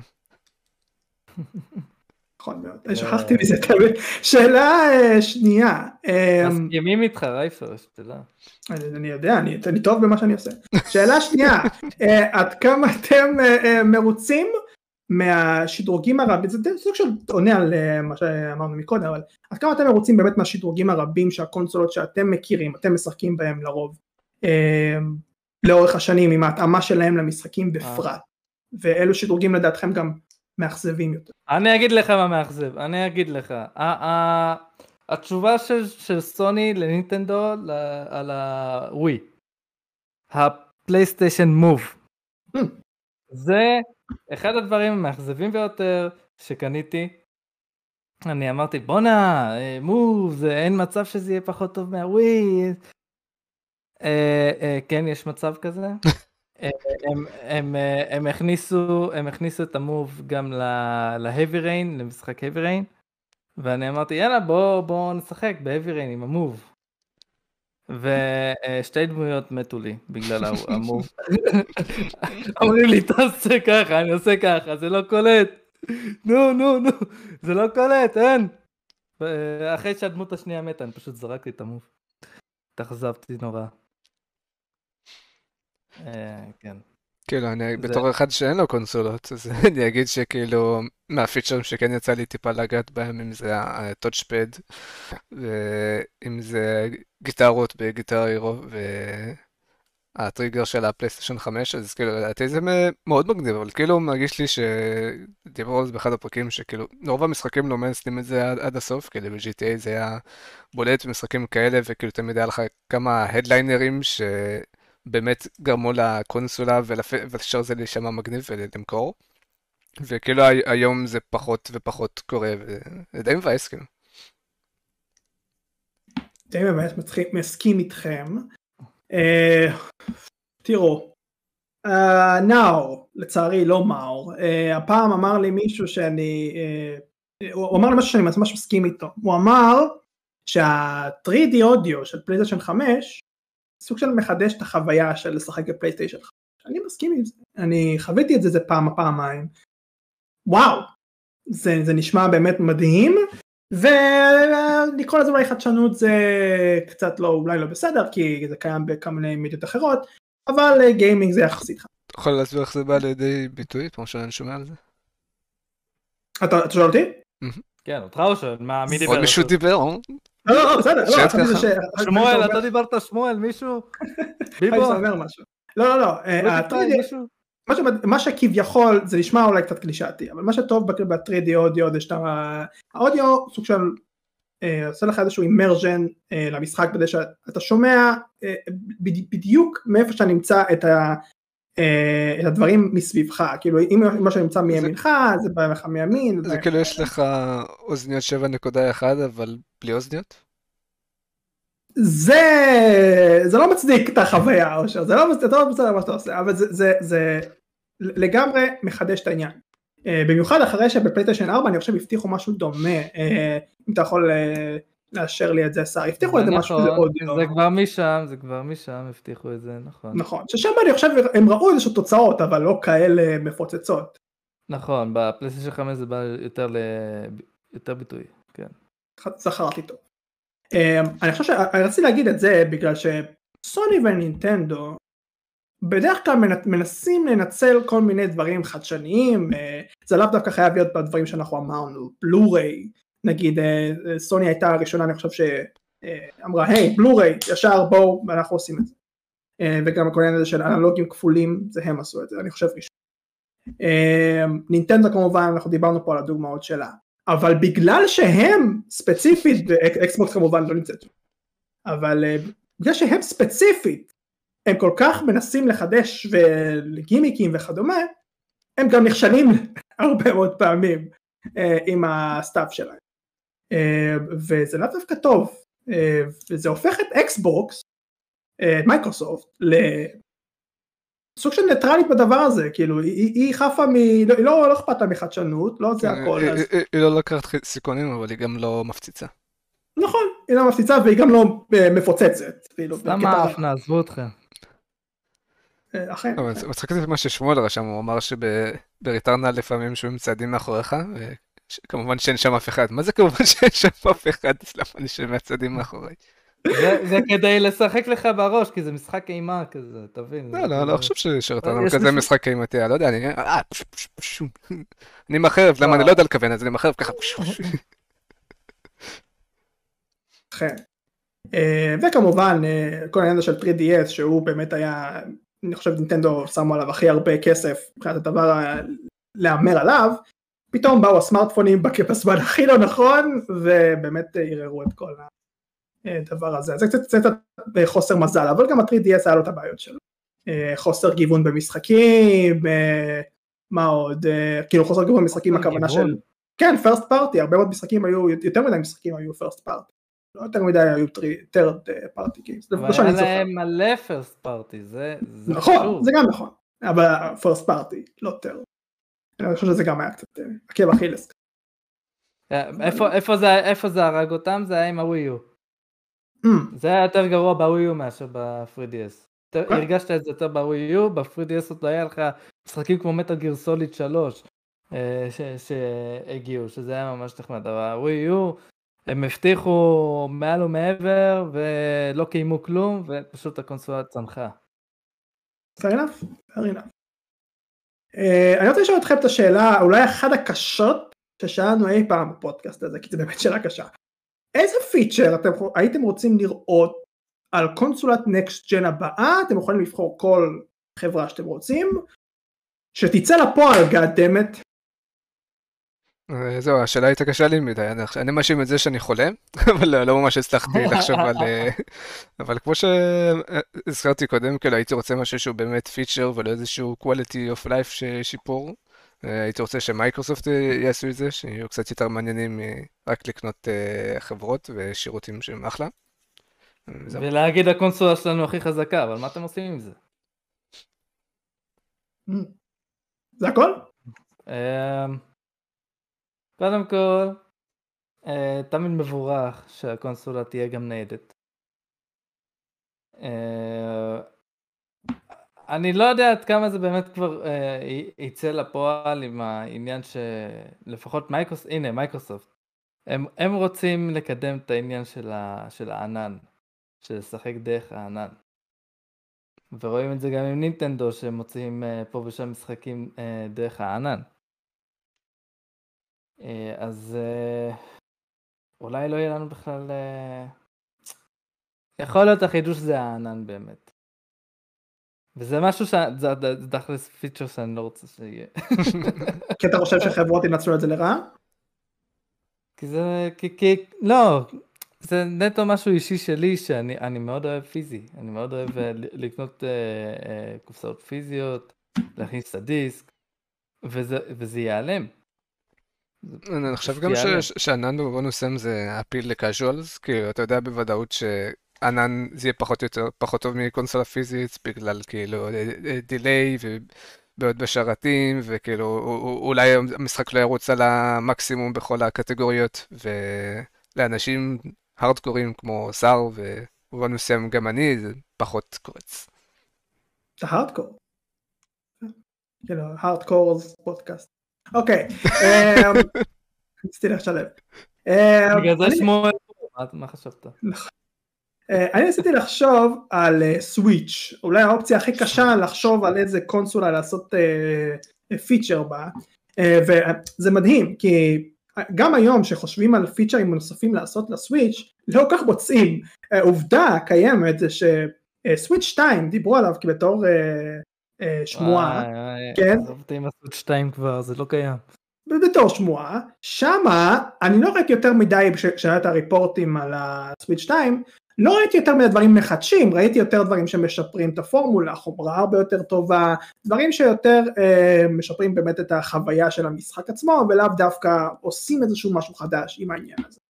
נכון מאוד, שכחתי מזה תמיד. שאלה שנייה. מסכימים איתך רייפר, שתדע. אני יודע, אני טוב במה שאני עושה. שאלה שנייה, עד כמה אתם מרוצים מהשדרוגים הרבים, זה סוג של עונה על מה שאמרנו מקודם, אבל עד כמה אתם מרוצים באמת מהשדרוגים הרבים שהקונסולות שאתם מכירים, אתם משחקים בהם לרוב, לאורך השנים עם ההתאמה שלהם למשחקים בפרט, ואלו שדרוגים לדעתכם גם מאכזבים יותר. אני אגיד לך מה מאכזב, אני אגיד לך, התשובה של סוני לנינטנדו על הווי, הפלייסטיישן מוב, זה אחד הדברים המאכזבים ביותר שקניתי, אני אמרתי בונה, מוב, זה אין מצב שזה יהיה פחות טוב מהווי, כן, יש מצב כזה. הם הכניסו את המוב גם ל-Heavy Rain, למשחק Heavy Rain, ואני אמרתי יאללה בוא נשחק ב-Heavy Rain עם המוב, ושתי דמויות מתו לי בגלל המוב. אומרים לי תעשה ככה, אני עושה ככה, זה לא קולט, נו, זה לא קולט, אין. אחרי שהדמות השנייה מתה, אני פשוט זרקתי את המוב. תחזבתי נורא. כן. כאילו, אני בתור אחד שאין לו קונסולות, אז אני אגיד שכאילו, מהפיצ'רים שכן יצא לי טיפה לגעת בהם, אם זה הטוצ'פד, ואם זה גיטרות בגיטר הירו, והטריגר של הפלייסטיישן 5, אז כאילו, לדעתי זה מאוד מגניב, אבל כאילו מרגיש לי שדיברו על זה באחד הפרקים, שכאילו, רוב המשחקים לא מנסים את זה עד הסוף, כאילו ב-GTA זה היה בולט במשחקים כאלה, וכאילו תמיד היה לך כמה הדליינרים באמת גרמו לקונסולה ולשאר זה להישמע מגניב ולמכור. וכאילו היום זה פחות ופחות קורה, וזה די מבאס כאילו. די באמת מסכים איתכם. תראו, נאור, לצערי לא מאור, הפעם אמר לי מישהו הוא אמר לי משהו שאני ממש מסכים איתו, הוא אמר שה-3D אודיו של פלייסטיישן 5 סוג של מחדש את החוויה של לשחק בפלייסטיישן 5, אני מסכים עם זה, אני חוויתי את זה פעמיים, וואו, זה נשמע באמת מדהים, ולקרוא לזה אולי חדשנות זה קצת אולי לא בסדר, כי זה קיים בכמה מיני מדיות אחרות, אבל גיימינג זה יחסית. אתה יכול להסביר איך זה בא לידי ביטוי, כמו שאני שומע על זה? אתה שואל אותי? כן, אותך או שואל, מי דיבר? עוד מישהו דיבר, לא, בסדר. שמואל, אתה דיברת שמואל, מישהו? ביבו? לא, מה שכביכול זה נשמע אולי קצת קלישאתי, אבל מה שטוב ב-3D אודיו זה שאתה, האודיו סוג של עושה לך איזשהו אימרז'ן למשחק, בדי שאתה שומע בדיוק מאיפה שאתה נמצא את הדברים מסביבך, כאילו אם מה שנמצא מימינך זה בא לך מימין. זה כאילו יש לך אוזניות 7.1 אבל בלי אוזניות? זה לא מצדיק את החוויה, אושר, זה לא מצדיק מה שאתה עושה, אבל זה לגמרי מחדש את העניין. במיוחד אחרי שבפלייסטיישן 4 אני חושב הבטיחו משהו דומה, אם אתה יכול לאשר לי את זה, שר, הבטיחו את זה משהו כזה עוד. זה כבר משם, הבטיחו את זה, נכון. נכון, ששם אני חושב הם ראו איזשהו תוצאות, אבל לא כאלה מפוצצות. נכון, בפלייסטיישן 5 זה בא יותר ביטוי, כן. זכרתי טוב. אני חושב שאני רציתי להגיד את זה בגלל שסוני ונינטנדו בדרך כלל מנסים לנצל כל מיני דברים חדשניים, זה לאו דווקא חייב להיות בדברים שאנחנו אמרנו, בלוריי, נגיד סוני הייתה הראשונה אני חושב שאמרה היי בלוריי ישר בואו ואנחנו עושים את זה, וגם כל העניין הזה של אנלוגים כפולים זה הם עשו את זה אני חושב ראשון. נינטנדו כמובן אנחנו דיברנו פה על הדוגמאות שלה, אבל בגלל שהם ספציפית, אקסבוקס כמובן לא נמצאת, אבל בגלל שהם ספציפית, הם כל כך מנסים לחדש ולגימיקים וכדומה, הם גם נכשלים הרבה מאוד פעמים עם הסטאפ שלהם. וזה לא דווקא טוב, וזה הופך את אקסבוקס, את מייקרוסופט, סוג של ניטרלית בדבר הזה, כאילו, היא חפה לא אכפת לה מחדשנות, לא זה הכל. היא לא לקחת סיכונים, אבל היא גם לא מפציצה. נכון, היא לא מפציצה, והיא גם לא מפוצצת. סתם האפנה, עזבו אתכם. אכן. מצחיק את מה ששמואל רשם, הוא אמר שבריטרנל לפעמים שומעים צעדים מאחוריך, וכמובן שאין שם אף אחד. מה זה כמובן שאין שם אף אחד? למה אני שומע צעדים מאחורי? זה כדי לשחק לך בראש, כי זה משחק אימה כזה, תבין. לא חושב שריטרנל כזה משחק אימתי, לא יודע, אני מחרב, למה אני לא יודע לכוון, אז אני מחרב ככה. אכן. וכמובן, כל העניין של 3DS, שהוא באמת היה, אני חושב נינטנדו שמו עליו הכי הרבה כסף, מבחינת הדבר להמר עליו, פתאום באו הסמארטפונים בזמן הכי לא נכון, ובאמת ערערו את כל הדבר הזה. זה קצת חוסר מזל, אבל גם ה-3DS היה לו את הבעיות שלו. חוסר גיוון במשחקים, מה עוד, כאילו חוסר גיוון במשחקים הכוונה של, כן, first party, הרבה מאוד משחקים היו, יותר מדי משחקים היו first party. לא יותר מדי היו third party games. והיה להם מלא first party, זה נכון, זה גם נכון, אבל first party, לא third. אני חושב שזה גם היה קצת עקב אכילס. איפה זה הרג אותם? זה היה עם הווי-יו. זה היה יותר גרוע בווי-יו מאשר ב-3DS. הרגשת את זה יותר בווי-יו, ב-3DS עוד היה לך משחקים כמו מטל גיר סוליד 3 שהגיעו, שזה היה ממש נחמד, אבל הווי-יו הם הבטיחו מעל ומעבר ולא קיימו כלום, ופשוט הקונסולה צמחה. fair enough. אני רוצה לשאול אתכם את השאלה, אולי אחת הקשות ששאלנו אי פעם בפודקאסט הזה, כי זה באמת שאלה קשה. איזה פיצ'ר אתם הייתם רוצים לראות על קונסולת נקסט ג'ן הבאה? אתם יכולים לבחור כל חברה שאתם רוצים, שתצא לפועל, God damn it. זהו, השאלה הייתה קשה לי מדי, אני מאשים את זה שאני חולה, אבל לא ממש הצלחתי לחשוב על, אבל כמו שהזכרתי קודם, כאילו הייתי רוצה משהו שהוא באמת פיצ'ר ולא איזשהו quality of life שיפור, הייתי רוצה שמייקרוסופט יעשו את זה, שיהיו קצת יותר מעניינים רק לקנות חברות ושירותים שהם אחלה. ולהגיד הקונסולה שלנו הכי חזקה, אבל מה אתם עושים עם זה? זה הכל? קודם כל, תמיד מבורך שהקונסולה תהיה גם ניידת. אני לא יודע עד כמה זה באמת כבר יצא לפועל עם העניין שלפחות מייקרוסופט, הם רוצים לקדם את העניין של הענן, של לשחק דרך הענן. ורואים את זה גם עם נינטנדו שמוצאים פה ושם משחקים דרך הענן. אז אולי לא יהיה לנו בכלל... יכול להיות החידוש זה הענן באמת. וזה משהו זה דחלס פיצ'ר שאני לא רוצה שיהיה. כי אתה חושב שחברות ינצלו את זה לרעה? כי זה... לא, זה נטו משהו אישי שלי שאני מאוד אוהב פיזי. אני מאוד אוהב לקנות קופסאות פיזיות, להכניס את הדיסק, וזה ייעלם. אני חושב גם שענן בבונוס M זה אפיל לקאז'ואלס, כי אתה יודע בוודאות שענן זה יהיה פחות טוב מקונסולה פיזית, בגלל כאילו דיליי ובעיות בשרתים, וכאילו אולי המשחק לא ירוץ על המקסימום בכל הקטגוריות, ולאנשים הארדקורים כמו שר ובונוס M גם אני, זה פחות קורץ. זה הארדקור. כאילו, הארדקורס פודקאסט. אוקיי, ניסיתי לחשב. בגלל זה שמואל, מה חשבת? אני ניסיתי לחשוב על סוויץ', אולי האופציה הכי קשה לחשוב על איזה קונסולה לעשות פיצ'ר בה, וזה מדהים, כי גם היום שחושבים על פיצ'רים נוספים לעשות לסוויץ', לא כל כך מוצאים. עובדה קיימת זה שסוויץ' 2 דיברו עליו כבתור שמועה, כן? עובדה עם הסוויץ' 2 כבר, זה לא קיים. בתור שמועה, שמה אני לא ראיתי יותר מדי כשהיה את הריפורטים על הסוויץ' 2, לא ראיתי יותר מדי דברים מחדשים, ראיתי יותר דברים שמשפרים את הפורמולה, חומרה הרבה יותר טובה, דברים שיותר משפרים באמת את החוויה של המשחק עצמו, ולאו דווקא עושים איזשהו משהו חדש עם העניין הזה.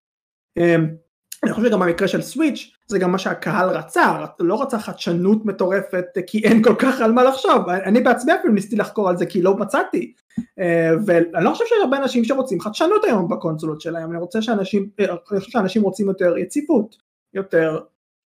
אני חושב שגם במקרה של סוויץ' זה גם מה שהקהל רצה, לא רצה חדשנות מטורפת כי אין כל כך על מה לחשוב, אני בעצמי אפילו ניסיתי לחקור על זה כי לא מצאתי, ואני לא חושב שיש הרבה אנשים שרוצים חדשנות היום בקונסולות שלהם, אני חושב שאנשים רוצים יותר יציבות, יותר,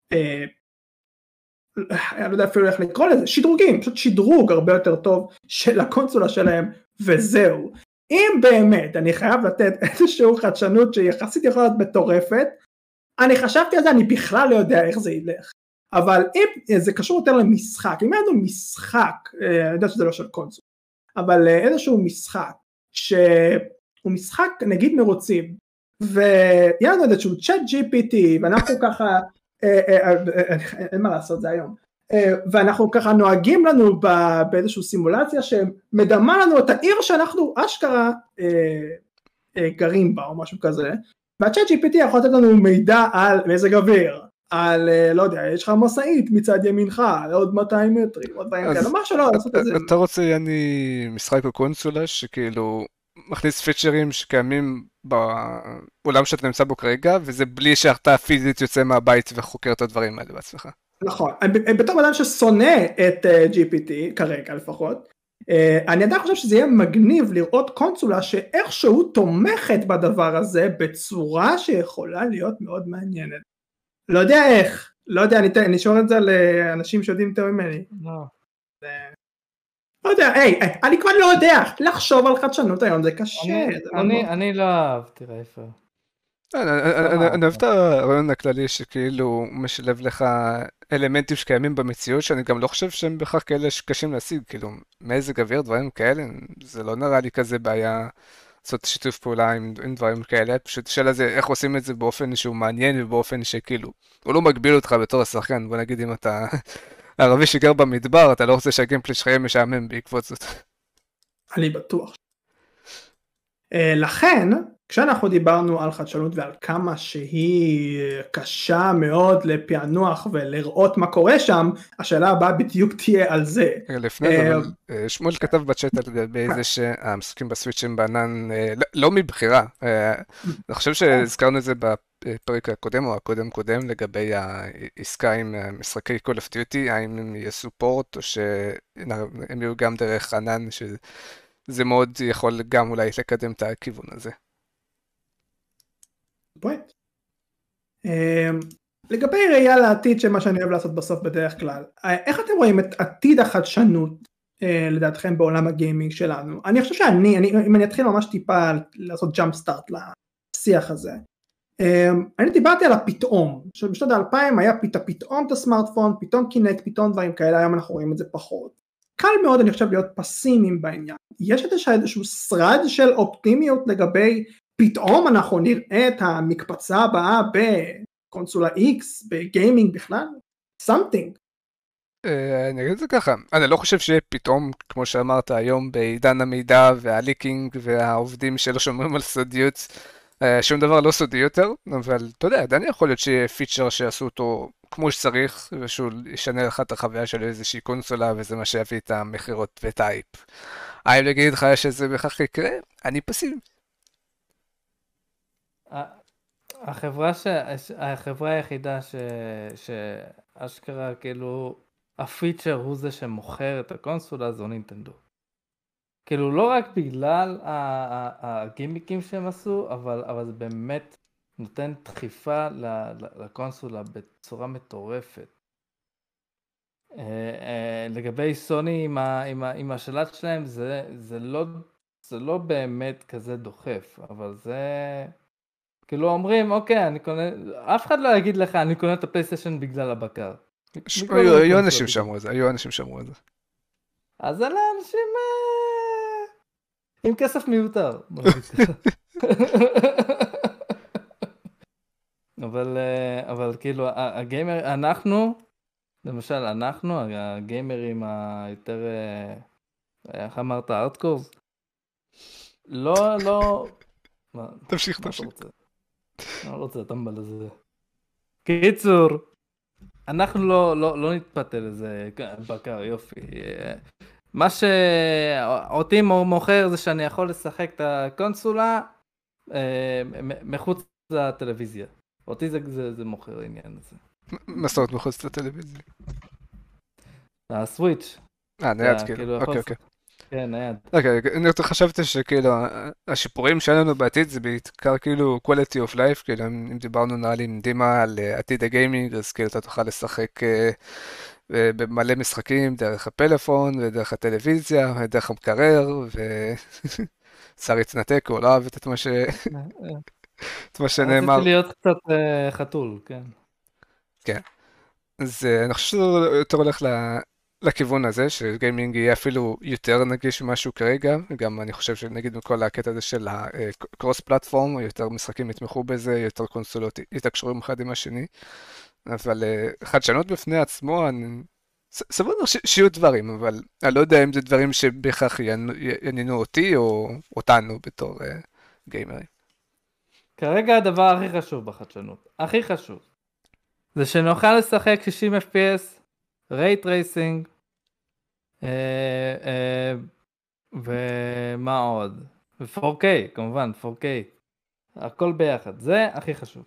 אני לא יודע אפילו איך לקרוא לזה, שדרוגים, פשוט שדרוג הרבה יותר טוב של הקונסולה שלהם, וזהו. אם באמת אני חייב לתת איזשהו חדשנות שיחסית יכולה להיות מטורפת, אני חשבתי על זה, אני בכלל לא יודע איך זה ילך, אבל אם זה קשור יותר למשחק, אם היה לנו משחק, אני יודע שזה לא של קונסול, אבל איזשהו משחק, שהוא משחק נגיד מרוצים, ויהיה לנו איזשהו צ'אט GPT, ואנחנו ככה, אין מה לעשות זה היום, ואנחנו ככה נוהגים לנו באיזשהו סימולציה, שמדמה לנו את העיר שאנחנו אשכרה גרים בה, או משהו כזה, והצ'אט GPT יכול לתת לנו מידע על מזג אוויר, על, לא יודע, יש לך מסעית מצד ימינך, עוד 200 מטרים, עוד דברים כאלה, מה שלא, לעשות את זה. אתה רוצה, אני משחק בקונסולה, שכאילו מכניס פיצ'רים שקיימים בעולם שאתה נמצא בו כרגע, וזה בלי שאתה פיזית יוצא מהבית וחוקר את הדברים האלה בעצמך. נכון, בתור אדם ששונא את GPT, כרגע לפחות, אני עדיין חושב שזה יהיה מגניב לראות קונסולה שאיכשהו תומכת בדבר הזה בצורה שיכולה להיות מאוד מעניינת. לא יודע איך, לא יודע, אני שואל את זה לאנשים שיודעים יותר ממני. לא יודע, אני כבר לא יודע, לחשוב על חדשנות היום זה קשה. אני לא אהבתי, איפה. אני אוהב את הרעיון הכללי שכאילו משלב לך אלמנטים שקיימים במציאות, שאני גם לא חושב שהם בכך כאלה שקשים להשיג, כאילו מזג אוויר, דברים כאלה, זה לא נראה לי כזה בעיה לעשות שיתוף פעולה עם דברים כאלה, פשוט שאלה זה איך עושים את זה באופן שהוא מעניין ובאופן שכאילו, הוא לא מגביל אותך בתור השחקן, בוא נגיד אם אתה ערבי שגר במדבר, אתה לא רוצה שהגיימפלי שלך יהיה משעמם בעקבות זאת. אני בטוח. לכן, כשאנחנו דיברנו על חדשנות ועל כמה שהיא קשה מאוד לפענוח ולראות מה קורה שם, השאלה הבאה בדיוק תהיה על זה. לפני זה, אבל שמואל כתב בצ'אט על לגבי זה שהמשחקים בסוויץ' הם בענן, לא מבחירה. אני חושב שהזכרנו את זה בפרק הקודם או הקודם לגבי העסקה עם משחקי Call of Duty, האם הם יהיו סופורט או שהם יהיו גם דרך ענן, שזה מאוד יכול גם אולי לקדם את הכיוון הזה. פוינט. לגבי ראייה לעתיד, שמה שאני אוהב לעשות בסוף בדרך כלל, איך אתם רואים את עתיד החדשנות לדעתכם בעולם הגיימינג שלנו? אני חושב אם אני אתחיל ממש טיפה לעשות ג'אמפ סטארט לשיח הזה, אני דיברתי על הפתאום, שבשנות ה-2000 היה פתאום את הסמארטפון, פתאום קינקט, פתאום דברים כאלה, היום אנחנו רואים את זה פחות. קל מאוד אני חושב להיות פסימיים בעניין. יש איזשהו שרד של אופטימיות לגבי פתאום אנחנו נראה את המקפצה הבאה בקונסולה X, בגיימינג בכלל? something. אני אגיד את זה ככה, אני לא חושב שיהיה פתאום, כמו שאמרת היום, בעידן המידע והליקינג והעובדים שלא שומרים על סודיות, שום דבר לא סודי יותר, אבל אתה יודע, עדיין יכול להיות שיהיה פיצ'ר שיעשו אותו כמו שצריך, ושהוא ישנה לך את החוויה של איזושהי קונסולה, וזה מה שיביא את המחירות ואת האייפ. האם להגיד לך שזה בכך יקרה? אני פסימי. החברה היחידה שאשכרה כאילו הפיצ'ר הוא זה שמוכר את הקונסולה זו נינטנדו. כאילו לא רק בגלל הגימיקים שהם עשו, אבל זה באמת נותן דחיפה לקונסולה בצורה מטורפת. לגבי סוני עם השלט שלהם זה לא באמת כזה דוחף, אבל זה כאילו אומרים אוקיי, אני קונה, אף אחד לא יגיד לך אני קונה את הפלייסטיישן בגלל הבקר. היו אנשים שאמרו את זה, אז אלה אנשים עם כסף מיותר. אבל כאילו הגיימר, למשל אנחנו, הגיימרים היותר, איך אמרת, הארדקורס? לא. תמשיך. אני לא רוצה, אתה מבא לזה. קיצור, אנחנו לא נתפתה לזה, בקר, יופי. מה שאותי מוכר זה שאני יכול לשחק את הקונסולה מחוץ לטלוויזיה. אותי זה מוכר העניין הזה. מה זאת אומרת מחוץ לטלוויזיה? הסוויץ'. נייד כאילו, אוקיי. כן, נייד. אוקיי, אני חשבתי שכאילו השיפורים שלנו בעתיד זה בעיקר כאילו quality of life, כאילו אם דיברנו נראה לי עם דימה על עתיד הגיימינג, אז כאילו אתה תוכל לשחק במלא משחקים דרך הפלאפון ודרך הטלוויזיה ודרך המקרר ושר יתנתק, הוא לא אוהב את מה שנאמר. רציתי להיות קצת חתול, כן. כן. אז אני חושב שזה יותר הולך לכיוון הזה, שגיימינג יהיה אפילו יותר נגיש משהו כרגע, וגם אני חושב שנגיד מכל הקטע הזה של הקרוס פלטפורם, יותר משחקים יתמכו בזה, יותר קונסולות יתקשרו אחד עם השני, אבל חדשנות בפני עצמו, סביר שיהיו דברים, אבל אני לא יודע אם זה דברים שבכך יעניינו אותי או אותנו בתור גיימרים. כרגע הדבר הכי חשוב בחדשנות, הכי חשוב, זה שנוכל לשחק 60 FPS, רייט רייסינג, ומה עוד? ו-4K, כמובן, 4K. הכל ביחד, זה הכי חשוב.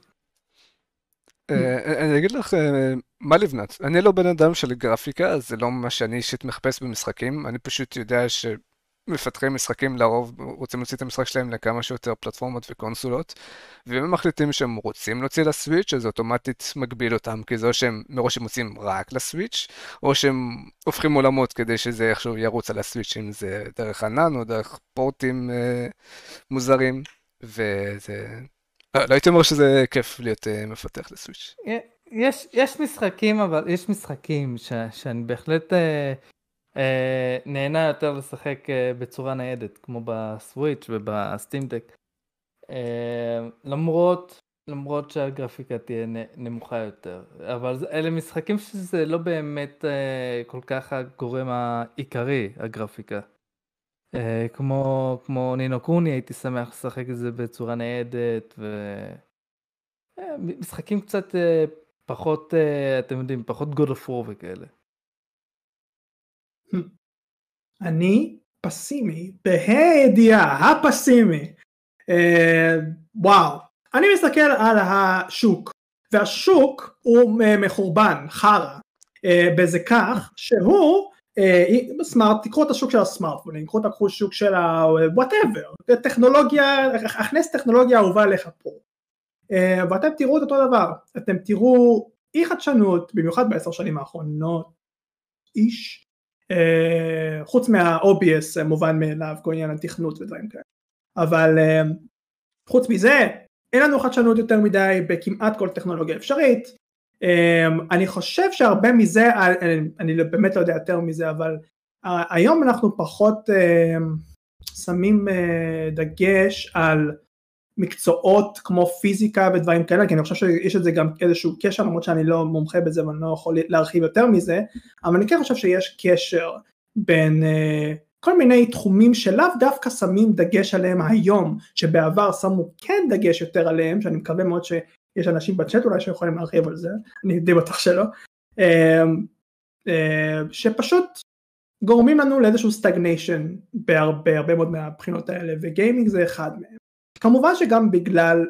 אני אגיד לך מה לבנת, אני לא בן אדם של גרפיקה, זה לא מה שאני אישית מחפש במשחקים, אני פשוט יודע שמפתחי משחקים לרוב רוצים להוציא את המשחק שלהם לכמה שיותר פלטפורמות וקונסולות, ואם הם מחליטים שהם רוצים להוציא לסוויץ', אז אוטומטית מגביל אותם, כי זה או שהם מראש הם מוצאים רק לסוויץ', או שהם הופכים עולמות כדי שזה איכשהו ירוץ על הסוויץ', אם זה דרך ענן או דרך פורטים מוזרים, וזה... לא הייתי אומר שזה כיף להיות מפתח לסוויץ'. יש משחקים, אבל יש משחקים שאני בהחלט נהנה יותר לשחק בצורה ניידת, כמו בסוויץ' ובסטים דק. למרות שהגרפיקה תהיה נמוכה יותר. אבל אלה משחקים שזה לא באמת כל כך הגורם העיקרי, הגרפיקה. כמו נינו קוני, הייתי שמח לשחק את זה בצורה נהדת, משחקים קצת פחות, אתם יודעים, פחות God of War וכאלה. אני פסימי, בהידיעה, הפסימי. וואו, אני מסתכל על השוק, והשוק הוא מחורבן, חרא, בזה כך שהוא, תקחו את השוק של הסמארטפונים, תקחו את השוק של whatever, טכנולוגיה, הכנס טכנולוגיה אהובה לך פה, ואתם תראו את אותו דבר, אתם תראו אי חדשנות, במיוחד ב10 שנים האחרונות, איש, חוץ מה-OBS מובן מאליו, כל עניין התכנות ודברים כאלה, אבל חוץ מזה, אין לנו חדשנות יותר מדי בכמעט כל טכנולוגיה אפשרית, אני חושב שהרבה מזה, אני באמת לא יודע יותר מזה, אבל היום אנחנו פחות שמים דגש על מקצועות כמו פיזיקה ודברים כאלה, כי אני חושב שיש את זה גם איזשהו קשר, למרות שאני לא מומחה בזה ואני לא יכול להרחיב יותר מזה, אבל אני כן חושב שיש קשר בין כל מיני תחומים שלאו דווקא שמים דגש עליהם היום, שבעבר שמו כן דגש יותר עליהם, שאני מקווה מאוד שיש אנשים בצ'אט אולי שיכולים להרחיב על זה, אני די בטוח שלא, שפשוט גורמים לנו לאיזשהו סטגניישן בהרבה מאוד מהבחינות האלה, וגיימינג זה אחד מהם. כמובן שגם בגלל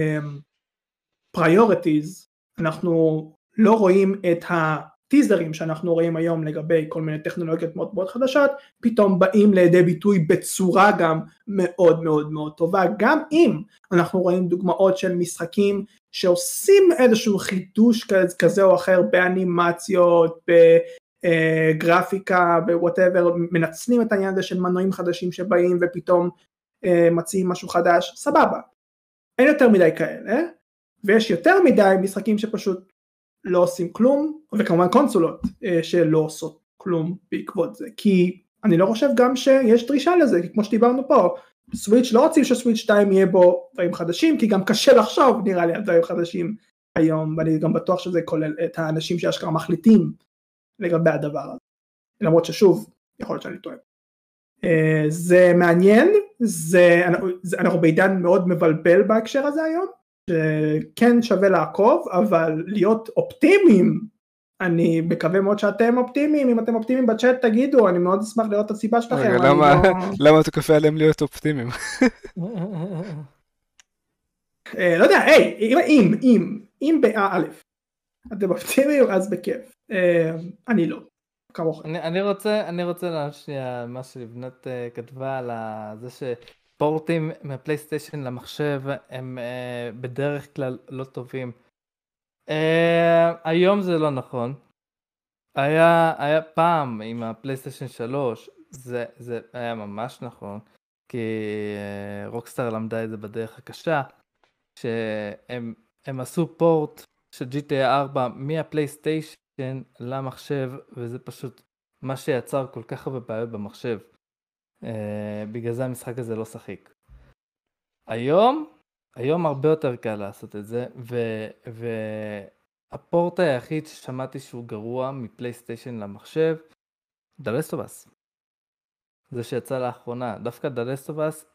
priorities, אנחנו לא רואים את הטיזרים שאנחנו רואים היום לגבי כל מיני טכנולוגיות מאוד מאוד חדשות, פתאום באים לידי ביטוי בצורה גם מאוד מאוד מאוד טובה, גם אם אנחנו רואים דוגמאות של משחקים שעושים איזשהו חידוש כזה או אחר באנימציות, בגרפיקה, בווטאבר, מנצלים את העניין הזה של מנועים חדשים שבאים ופתאום מציעים משהו חדש, סבבה. אין יותר מדי כאלה, ויש יותר מדי משחקים שפשוט לא עושים כלום, וכמובן קונסולות שלא עושות כלום בעקבות זה, כי אני לא חושב גם שיש דרישה לזה, כמו שדיברנו פה, סוויץ' לא רוצים שסוויץ' 2 יהיה בו דברים חדשים, כי גם קשה לחשוב נראה לי על דברים חדשים היום, ואני גם בטוח שזה כולל את האנשים שאשכרה מחליטים לגבי הדבר הזה, למרות ששוב, יכול להיות שאני טועה. זה מעניין, אנחנו בעידן מאוד מבלבל בהקשר הזה היום, שכן שווה לעקוב, אבל להיות אופטימיים, אני מקווה מאוד שאתם אופטימיים, אם אתם אופטימיים בצ'אט תגידו, אני מאוד אשמח לראות את הסיבה שלכם. למה אתה כופה עליהם להיות אופטימיים? לא יודע, אם באלף, אתם אופטימיים אז בכיף, אני לא. אני רוצה להשמיע מה שלבנת כתבה על זה שפורטים מהפלייסטיישן למחשב הם בדרך כלל לא טובים. היום זה לא נכון. היה פעם עם הפלייסטיישן 3, זה היה ממש נכון, כי רוקסטאר למדה את זה בדרך הקשה, שהם עשו פורט של GTA 4 מהפלייסטיישן למחשב, וזה פשוט מה שיצר כל כך הרבה בעיות במחשב. בגלל זה המשחק הזה לא שחיק. היום הרבה יותר קל לעשות את זה, והפורט היחיד ששמעתי שהוא גרוע מפלייסטיישן למחשב, The Last of Us. זה שיצא לאחרונה. דווקא The Last of Us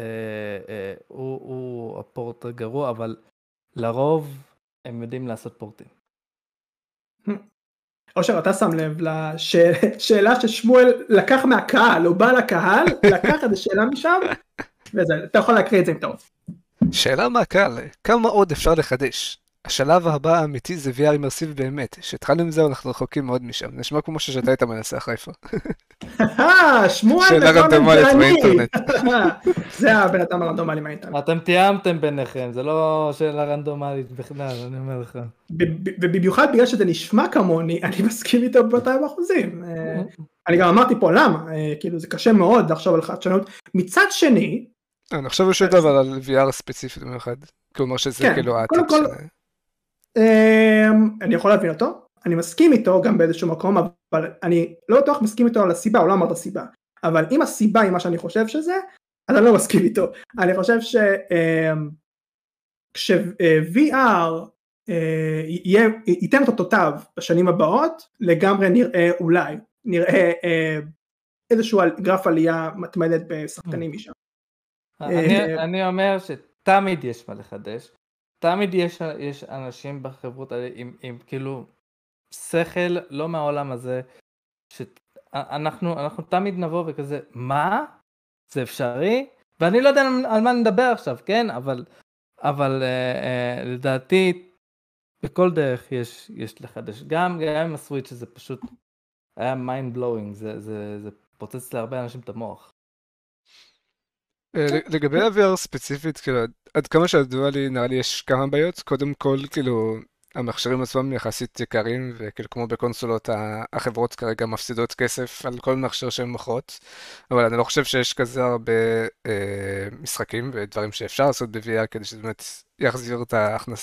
הוא הפורט הגרוע, אבל לרוב הם יודעים לעשות פורטים. אושר, אתה שם לב לשאלה ששמואל לקח מהקהל, הוא בא לקהל, לקח את השאלה משם, וזה, אתה יכול להקריא את זה אם אתה רוצה. שאלה מהקהל, כמה עוד אפשר לחדש? השלב הבא האמיתי זה VR אימרסיבי באמת, שהתחלנו עם זה אנחנו רחוקים מאוד משם, נשמע כמו שאתה היית מנסח חיפה. שמואל שאלה רנדומלית באינטרנט. זה הבן אדם הרנדומלי מהאינטרנט. אתם תיאמתם ביניכם, זה לא שאלה רנדומלית בכלל, אני אומר לך. ובמיוחד בגלל שזה נשמע כמוני, אני מסכים איתו ב200%. אני גם אמרתי פה למה, כאילו זה קשה מאוד לחשוב על חדשנות. מצד שני, אני חושב שהוא דבר על VR ספציפית במיוחד, כלומר שזה כאילו העתיד שלהם. אני יכול להבין אותו, אני מסכים איתו גם באיזשהו מקום, אבל אני לא בטוח מסכים איתו על הסיבה, הוא לא אמר את הסיבה, אבל אם הסיבה היא מה שאני חושב שזה, אז אני לא מסכים איתו. אני חושב כש-VR ייתן את אותותיו בשנים הבאות, לגמרי נראה איזשהו גרף עלייה מתמדת בשחקנים משם. אני אומר שתמיד יש מה לחדש, תמיד יש אנשים בחברות האלה עם כאילו שכל לא מהעולם הזה, שאנחנו תמיד נבוא וכזה, מה? זה אפשרי? ואני לא יודע על מה נדבר עכשיו, כן? אבל לדעתי בכל דרך יש לחדש, גם עם הסוויץ' שזה פשוט היה mind blowing, זה פוצץ להרבה אנשים את המוח. לגבי ה-VR ספציפית, כאילו, עד כמה שידוע לי, נראה לי יש כמה בעיות. קודם כל, כאילו, המכשירים עצמם יחסית יקרים, וכאילו, כמו בקונסולות, החברות כרגע מפסידות כסף על כל מכשיר שהן מוכרות, אבל אני לא חושב שיש כזה הרבה משחקים ודברים שאפשר לעשות ב-VR, כדי שבאמת יחזיר את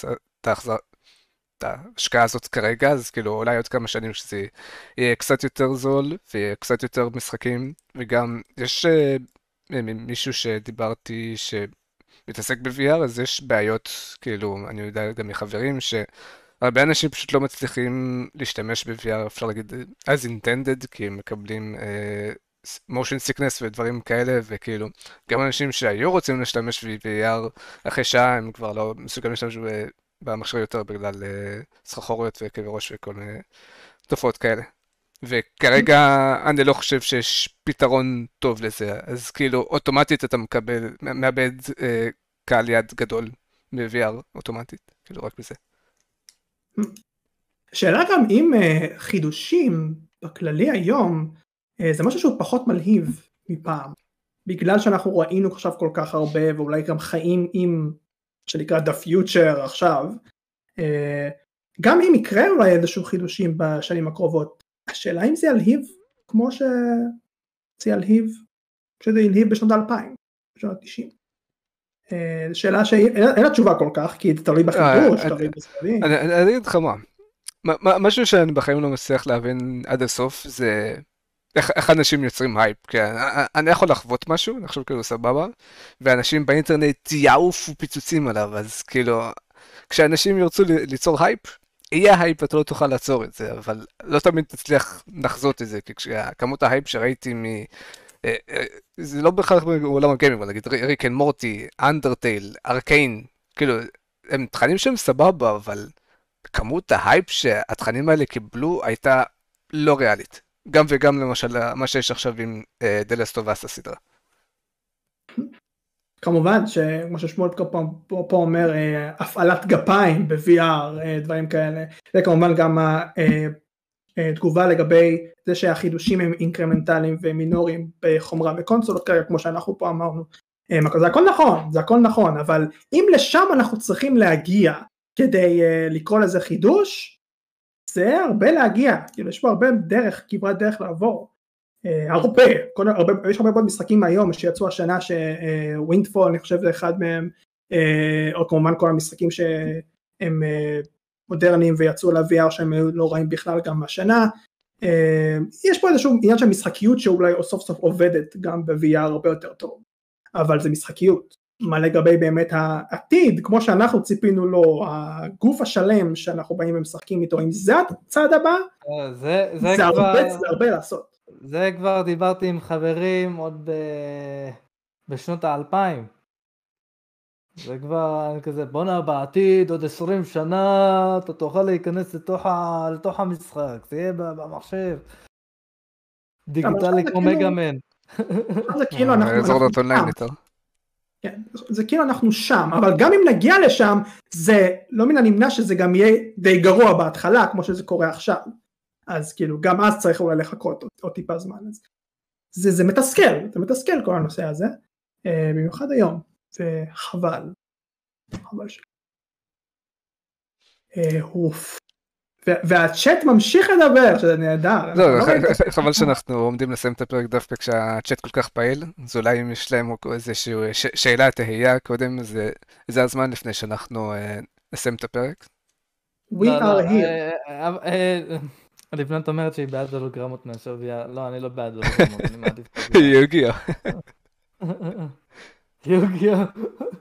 ההשקעה הזאת כרגע, אז כאילו, אולי עוד כמה שנים שזה יהיה קצת יותר זול, ויהיה קצת יותר משחקים, וגם יש מישהו שדיברתי שמתעסק ב-VR, אז יש בעיות, כאילו, אני יודע גם מחברים, שהרבה אנשים פשוט לא מצליחים להשתמש ב-VR, אפשר להגיד, as intended, כי הם מקבלים motion sickness ודברים כאלה, וכאילו, גם אנשים שהיו רוצים להשתמש ב-VR אחרי שעה, הם כבר לא מסוגלים להשתמש במכשיר יותר בגלל סחרחורת וכאבי ראש וכל מיני תופעות כאלה. וכרגע אני לא חושב שיש פתרון טוב לזה, אז כאילו אוטומטית אתה מאבד קהל יד גדול מ-VR אוטומטית, כאילו רק בזה. שאלה גם אם חידושים בכללי היום, זה משהו שהוא פחות מלהיב מפעם, בגלל שאנחנו ראינו עכשיו כל כך הרבה, ואולי גם חיים עם, שנקרא The Future עכשיו, גם אם יקרה אולי איזשהו חידושים בשנים הקרובות, השאלה אם זה ילהיב כמו שזה ילהיב, שזה ילהיב בשנות 2000, בשנות 90. שאלה שאין לה תשובה כל כך, כי זה תלוי בחידוש, תלוי בסרטים. אני אגיד לך מה, משהו שאני בחיים לא מצליח להבין עד הסוף, זה איך אנשים יוצרים הייפ, כי אני יכול לחוות משהו, אני חושב כאילו סבבה, ואנשים באינטרנט יעופו פיצוצים עליו, אז כאילו, כשאנשים ירצו ליצור הייפ, יהיה הייפ, אתה לא תוכל לעצור את זה, אבל לא תמיד תצליח לחזות את זה, כי כמות ההייפ שראיתי זה לא בכלל בעולם הגיימינג, נגיד ריק אנד מורטי, אנדרטייל, ארקיין, כאילו, הם תכנים שהם סבבה, אבל כמות ההייפ שהתכנים האלה קיבלו הייתה לא ריאלית. גם וגם למשל מה שיש עכשיו עם The Last of Us הסדרה. כמובן שכמו ששמואל פה אומר, הפעלת גפיים ב-VR, דברים כאלה, וכמובן גם תגובה לגבי זה שהחידושים הם אינקרמנטליים ומינוריים בחומרה בקונסולות כרגע, כמו שאנחנו פה אמרנו, זה הכל נכון, אבל אם לשם אנחנו צריכים להגיע כדי לקרוא לזה חידוש, זה הרבה להגיע, כאילו יש פה הרבה כברת דרך לעבור, יש הרבה מאוד משחקים היום שיצאו השנה שווינדפול, אני חושב זה אחד מהם, או כמובן כל המשחקים שהם מודרניים ויצאו ל-VR שהם לא רעים בכלל גם השנה, יש פה איזשהו עניין של משחקיות שאולי סוף סוף עובדת גם ב-VR הרבה יותר טוב, אבל זה משחקיות, מה לגבי באמת העתיד, כמו שאנחנו ציפינו לו, הגוף השלם שאנחנו באים ומשחקים איתו, אם זה הצעד הבא, זה הרבה לעשות. זה כבר דיברתי עם חברים עוד בשנות ה-2000. זה כבר כזה, בונה בעתיד, עוד 20 שנה, אתה תוכל להיכנס לתוך המשחק, זה יהיה במחשב. דיגיטלי כמו מגאמן. זה כאילו אנחנו זה כאילו אנחנו שם, אבל גם אם נגיע לשם, זה לא מן הנמנע שזה גם יהיה די גרוע בהתחלה, כמו שזה קורה עכשיו. אז כאילו גם אז צריך אולי לחכות עוד טיפה זמן. זה מתסכל כל הנושא הזה, במיוחד היום, וחבל. והצ'אט ממשיך לדבר, שזה נהדר. לא, חבל שאנחנו עומדים לסיים את הפרק דווקא כשהצ'אט כל כך פעיל, אז אולי אם יש להם איזושהי שאלה תהייה קודם, זה הזמן לפני שאנחנו נסיים את הפרק. We are here. לבנת אומרת שהיא בעד הולוגרמות מהשווי, לא, אני לא בעד הולוגרמות, אני מעדיף. יוגיו.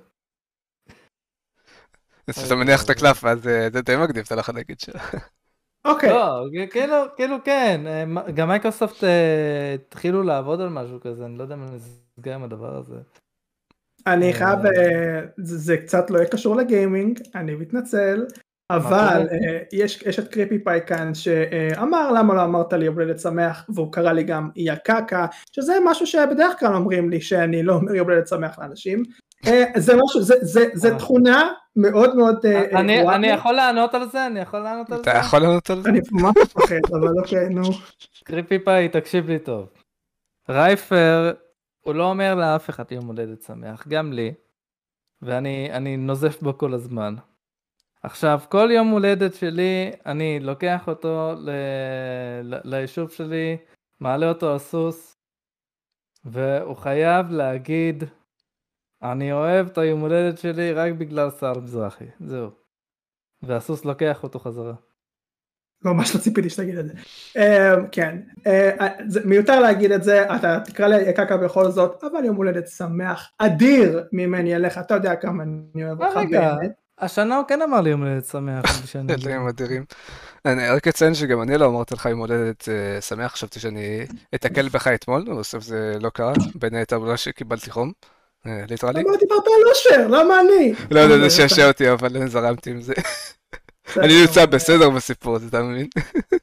אז אתה מניח את הקלף, אז זה די מגניב, אתה לא יכול להגיד שלה. אוקיי, לא, כאילו כן, גם מייקרוסופט התחילו לעבוד על משהו כזה, אני לא יודע מה נסגר עם הדבר הזה. אני חייב, זה קצת לא יהיה קשור לגיימינג, אני מתנצל, אבל יש את קריפי פאי כאן שאמר למה לא אמרת לי יום הולדת שמח, והוא קרא לי גם איה קקה, שזה משהו שבדרך כלל אומרים לי שאני לא אומר יום הולדת שמח לאנשים, זה משהו, זה תכונה מאוד מאוד אני יכול לענות על זה? אני יכול לענות על זה? אתה יכול לענות על זה? אני ממש מפחד, אבל אוקיי, נו. קריפי פאי, תקשיב לי טוב. רייפר, הוא לא אומר לאף אחד יום הולדת שמח, גם לי, ואני נוזף בו כל הזמן. עכשיו, כל יום הולדת שלי, אני לוקח אותו ליישוב שלי, מעלה אותו על סוס, והוא חייב להגיד, אני אוהב את היום הולדת שלי רק בגלל שר מזרחי, זהו. והסוס לוקח אותו חזרה. ממש לא ציפיתי שתגיד את זה. כן, זה מיותר להגיד את זה, אתה תקרא לי קקה בכל זאת, אבל יום הולדת שמח, אדיר ממני אליך, אתה יודע כמה אני אוהב אותך באמת. השנה הוא כן אמר לי יום הולדת שמח. אלוהים אדירים. אני רק אציין שגם אני לא אמרתי לך יום הולדת שמח, חשבתי שאני אתקל בך אתמול, ובסוף זה לא קרה, בין היתר בגלל שקיבלתי חום, ליטרלי. למה דיברת על אושר? למה אני? לא יודע, זה שעשע אותי, אבל זרמתי עם זה. אני נמצא בסדר בסיפור הזה, אתה מבין?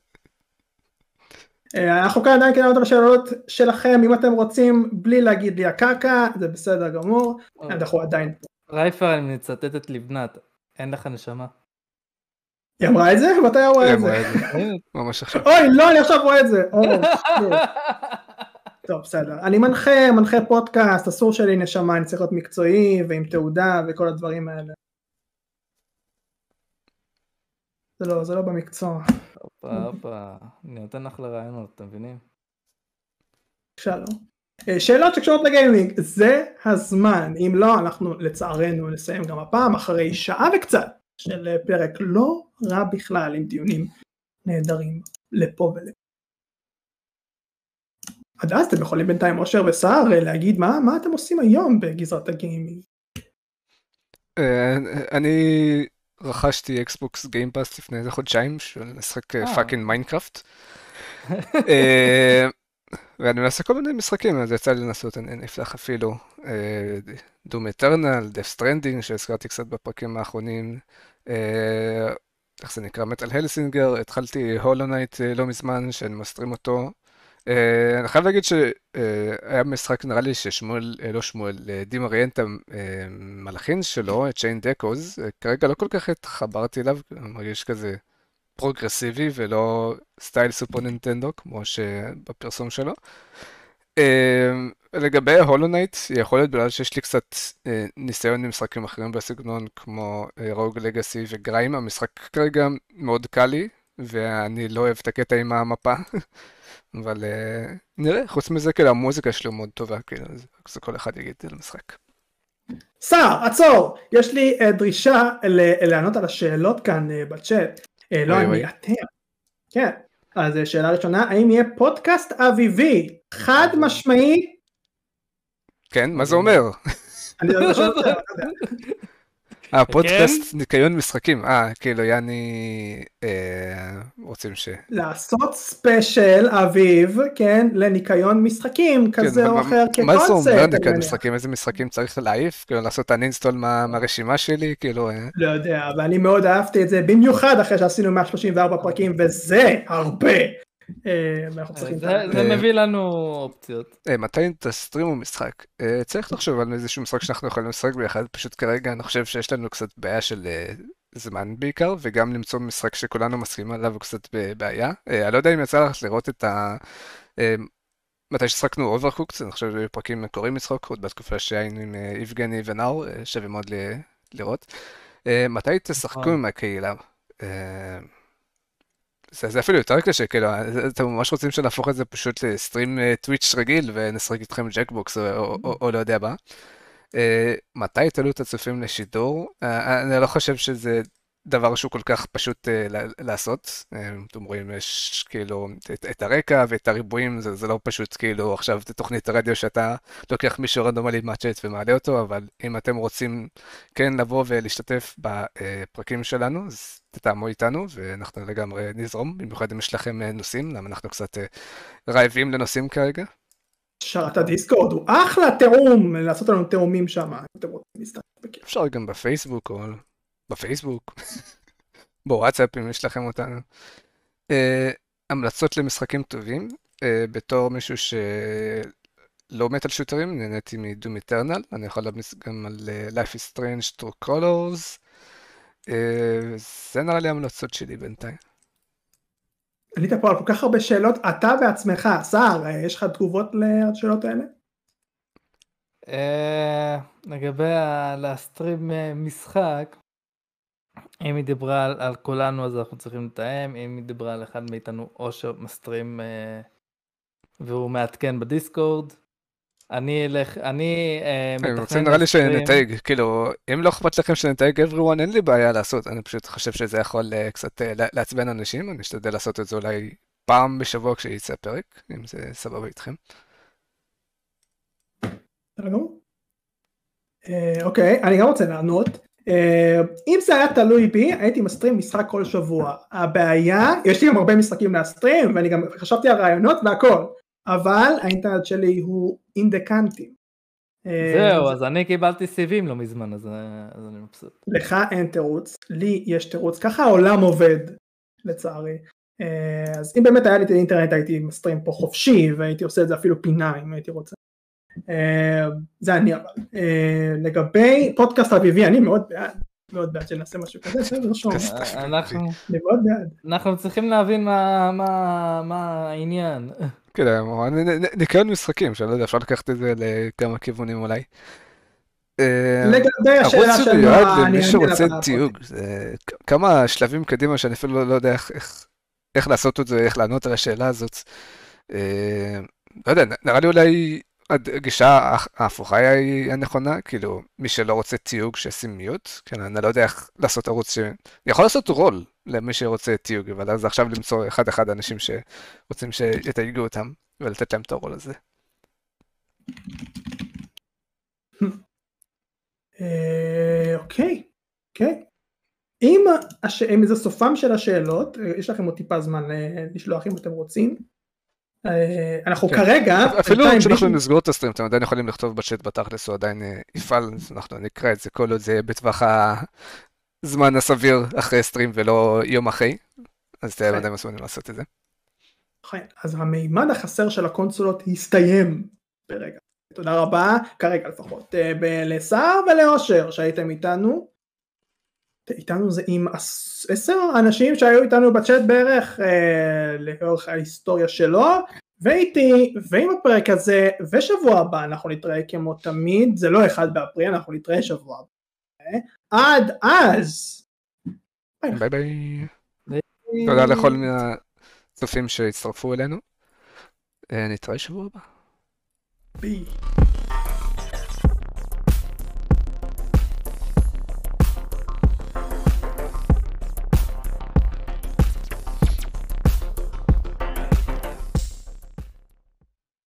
אנחנו כאן עדיין כנראה את השאלות שלכם, אם אתם רוצים בלי להגיד לי הקקה, זה בסדר גמור, אנחנו עדיין פה. רייפר, אני מצטט את לבנת, אין לך נשמה. היא אמרה את זה? מתי היא רואה את זה? ממש עכשיו. אוי, לא, אני עכשיו רואה את זה. טוב, בסדר. אני מנחה פודקאסט, אסור שלי נשמה, אני צריך להיות מקצועי ועם תעודה וכל הדברים האלה. זה לא במקצוע. הופה, אני נותן לך לרעיונות, אתם מבינים? שלום. שאלות שקשורות לגיימינג, זה הזמן, אם לא אנחנו לצערנו נסיים גם הפעם אחרי שעה וקצת של פרק לא רע בכלל עם דיונים נהדרים לפה ולפה. עד אז אתם יכולים בינתיים אושר וסער להגיד מה אתם עושים היום בגזרת הגיימינג. אני רכשתי אקסבוקס גיימפאס לפני איזה חודשיים של לשחק פאקינג מיינקראפט. ואני מנסה כל מיני משחקים, אז יצא לי לנסות, אני נפתח אפילו דום אטרנל, דף סטרנדינג, שהזכרתי קצת בפרקים האחרונים, איך זה נקרא, מטל הלסינגר, התחלתי הולו נייט לא מזמן, שאני מסטרים אותו. אני חייב להגיד שהיה משחק, נראה לי ששמואל, לא שמואל, די מריאנטה מלאכין שלו, את צ'יין דקוז, כרגע לא כל כך התחברתי אליו, אני מרגיש כזה פרוגרסיבי ולא סטייל סופר נינטנדו כמו שבפרסום שלו. לגבי הולו נייט, יכול להיות בגלל שיש לי קצת ניסיון עם משחקים אחרים בסגנון כמו רוג לגאסי וגריים, המשחק כרגע מאוד קל לי ואני לא אוהב את הקטע עם המפה, אבל נראה, חוץ מזה כאילו המוזיקה שלו מאוד טובה, כאילו זה כל אחד יגיד על המשחק. סער, עצור, יש לי דרישה לענות על השאלות כאן בצ'אט. לא אני, אתם. כן, אז שאלה ראשונה, האם יהיה פודקאסט אביבי? חד משמעי? כן, מה זה אומר? אני לא יודע. הפודקאסט ניקיון משחקים, כאילו יעני רוצים לעשות ספיישל אביב, כן, לניקיון משחקים כזה או אחר כקונספט. מה זה אומר ניקיון משחקים? איזה משחקים צריך להעיף? כאילו לעשות אנינסטול מהרשימה שלי? כאילו... לא יודע, אבל אני מאוד אהבתי את זה, במיוחד אחרי שעשינו 134 פרקים, וזה הרבה. זה מביא לנו אופציות. מתי תסטרימו משחק? צריך לחשוב על איזשהו משחק שאנחנו יכולים לשחק ביחד, פשוט כרגע אני חושב שיש לנו קצת בעיה של זמן בעיקר, וגם למצוא משחק שכולנו מסכימים עליו הוא קצת בעיה. אני לא יודע אם יצא לך לראות את מתי ששחקנו אוברקוקס, אני חושב שהיו פרקים מקוריים משחק, עוד בתקופה שהיינו עם יבגני ונאור, שווה מאוד לראות. מתי תשחקו עם הקהילה? זה אפילו יותר קשה, כאילו, אתם ממש רוצים שנהפוך את זה פשוט לסטרים טוויץ' רגיל ונשחק איתכם ג'קבוקס או לא יודע מה. מתי תעלו את הצופים לשידור? אני לא חושב שזה דבר שהוא כל כך פשוט לעשות. אתם רואים, יש כאילו את הרקע ואת הריבועים, זה לא פשוט כאילו עכשיו את תוכנית הרדיו שאתה לוקח מישהו רנדומלי מהצ'אט ומעלה אותו, אבל אם אתם רוצים כן לבוא ולהשתתף בפרקים שלנו, אז תתאמו איתנו ואנחנו לגמרי נזרום, במיוחד אם יש לכם נושאים, למה אנחנו קצת רעבים לנושאים כרגע. שרת הדיסקורד הוא אחלה תאום, לעשות לנו תאומים שם, אם אתם רוצים להסתכל. אפשר גם בפייסבוק או בפייסבוק, בוואטסאפ אם יש לכם אותנו. המלצות למשחקים טובים, בתור מישהו שלא מת על שוטרים, נהניתי מדום איטרנל, אני יכול להמליץ גם על Life is Strange True Colors, זה נראה לי המלצות שלי בינתיים. עלית פה על כל כך הרבה שאלות, אתה בעצמך, שר, יש לך תגובות לשאלות האלה? לגבי להסטרים משחק, אם היא דיברה על כולנו אז אנחנו צריכים לתאם, אם היא דיברה על אחד מאיתנו או שמסטרים והוא מעדכן בדיסקורד, אני רוצה נראה לי שנתייג, כאילו, אם לא אכפת לכם שנתייג everyone, אין לי בעיה לעשות, אני פשוט חושב שזה יכול קצת לעצבן אנשים, אני אשתדל לעשות את זה אולי פעם בשבוע כשיצא פרק, אם זה סבבה איתכם. אוקיי, אני גם רוצה לענות. אם זה היה תלוי בי, הייתי מסטרים משחק כל שבוע. הבעיה, יש לי גם הרבה משחקים להסטרים, ואני גם חשבתי על רעיונות והכל, אבל האינטרנט שלי הוא אינדקנטי. זהו, אז אני קיבלתי סיבים לא מזמן, אז אני מבסוט. לך אין תירוץ, לי יש תירוץ, ככה העולם עובד, לצערי. אז אם באמת היה לי את האינטרנט, הייתי מסטרים פה חופשי, והייתי עושה את זה אפילו פינה, אם הייתי רוצה. זה אני אבל. לגבי פודקאסט אביבי, אני מאוד בעד שנעשה משהו כזה, זה רשום. אני מאוד בעד. אנחנו צריכים להבין מה העניין. כן, ניקיון משחקים, שאני לא יודע, אפשר לקחת את זה לכמה כיוונים אולי. לגבי השאלה של למי שרוצה תיוג, כמה שלבים קדימה שאני אפילו לא יודע איך לעשות את זה, איך לענות על השאלה הזאת. לא יודע, נראה לי אולי הגישה ההפוכה היא הנכונה, כאילו מי שלא רוצה תיוג שישים מיוט, כן, אני לא יודע איך לעשות ערוץ ש... אני יכול לעשות רול למי שרוצה תיוג, אבל אז עכשיו למצוא אחד אנשים שרוצים שיתייגו אותם ולתת להם את הרול הזה. אוקיי. אם זה סופם של השאלות, יש לכם עוד טיפה זמן לשלוח אם אתם רוצים. אנחנו כרגע... אפילו כשאנחנו נסגור את הסטרים, אתם עדיין יכולים לכתוב בצ'אט בתכלס, הוא עדיין יפעל, אנחנו נקרא את זה כל עוד זה בטווח הזמן הסביר אחרי סטרים ולא יום אחרי, אז אתם עדיין מסוגלים לעשות את זה. אז המימד החסר של הקונסולות הסתיים ברגע. תודה רבה, כרגע לפחות, לשר ולאושר שהייתם איתנו. איתנו זה עם 10 אנשים שהיו איתנו בצ'אט בערך לאורך ההיסטוריה שלו, ואיתי, ועם הפרק הזה, ושבוע הבא אנחנו נתראה כמו תמיד, זה לא 1 באפריל, אנחנו נתראה שבוע הבא. עד אז! ביי ביי. תודה לכל מהצופים שהצטרפו אלינו. נתראה שבוע הבא. ביי.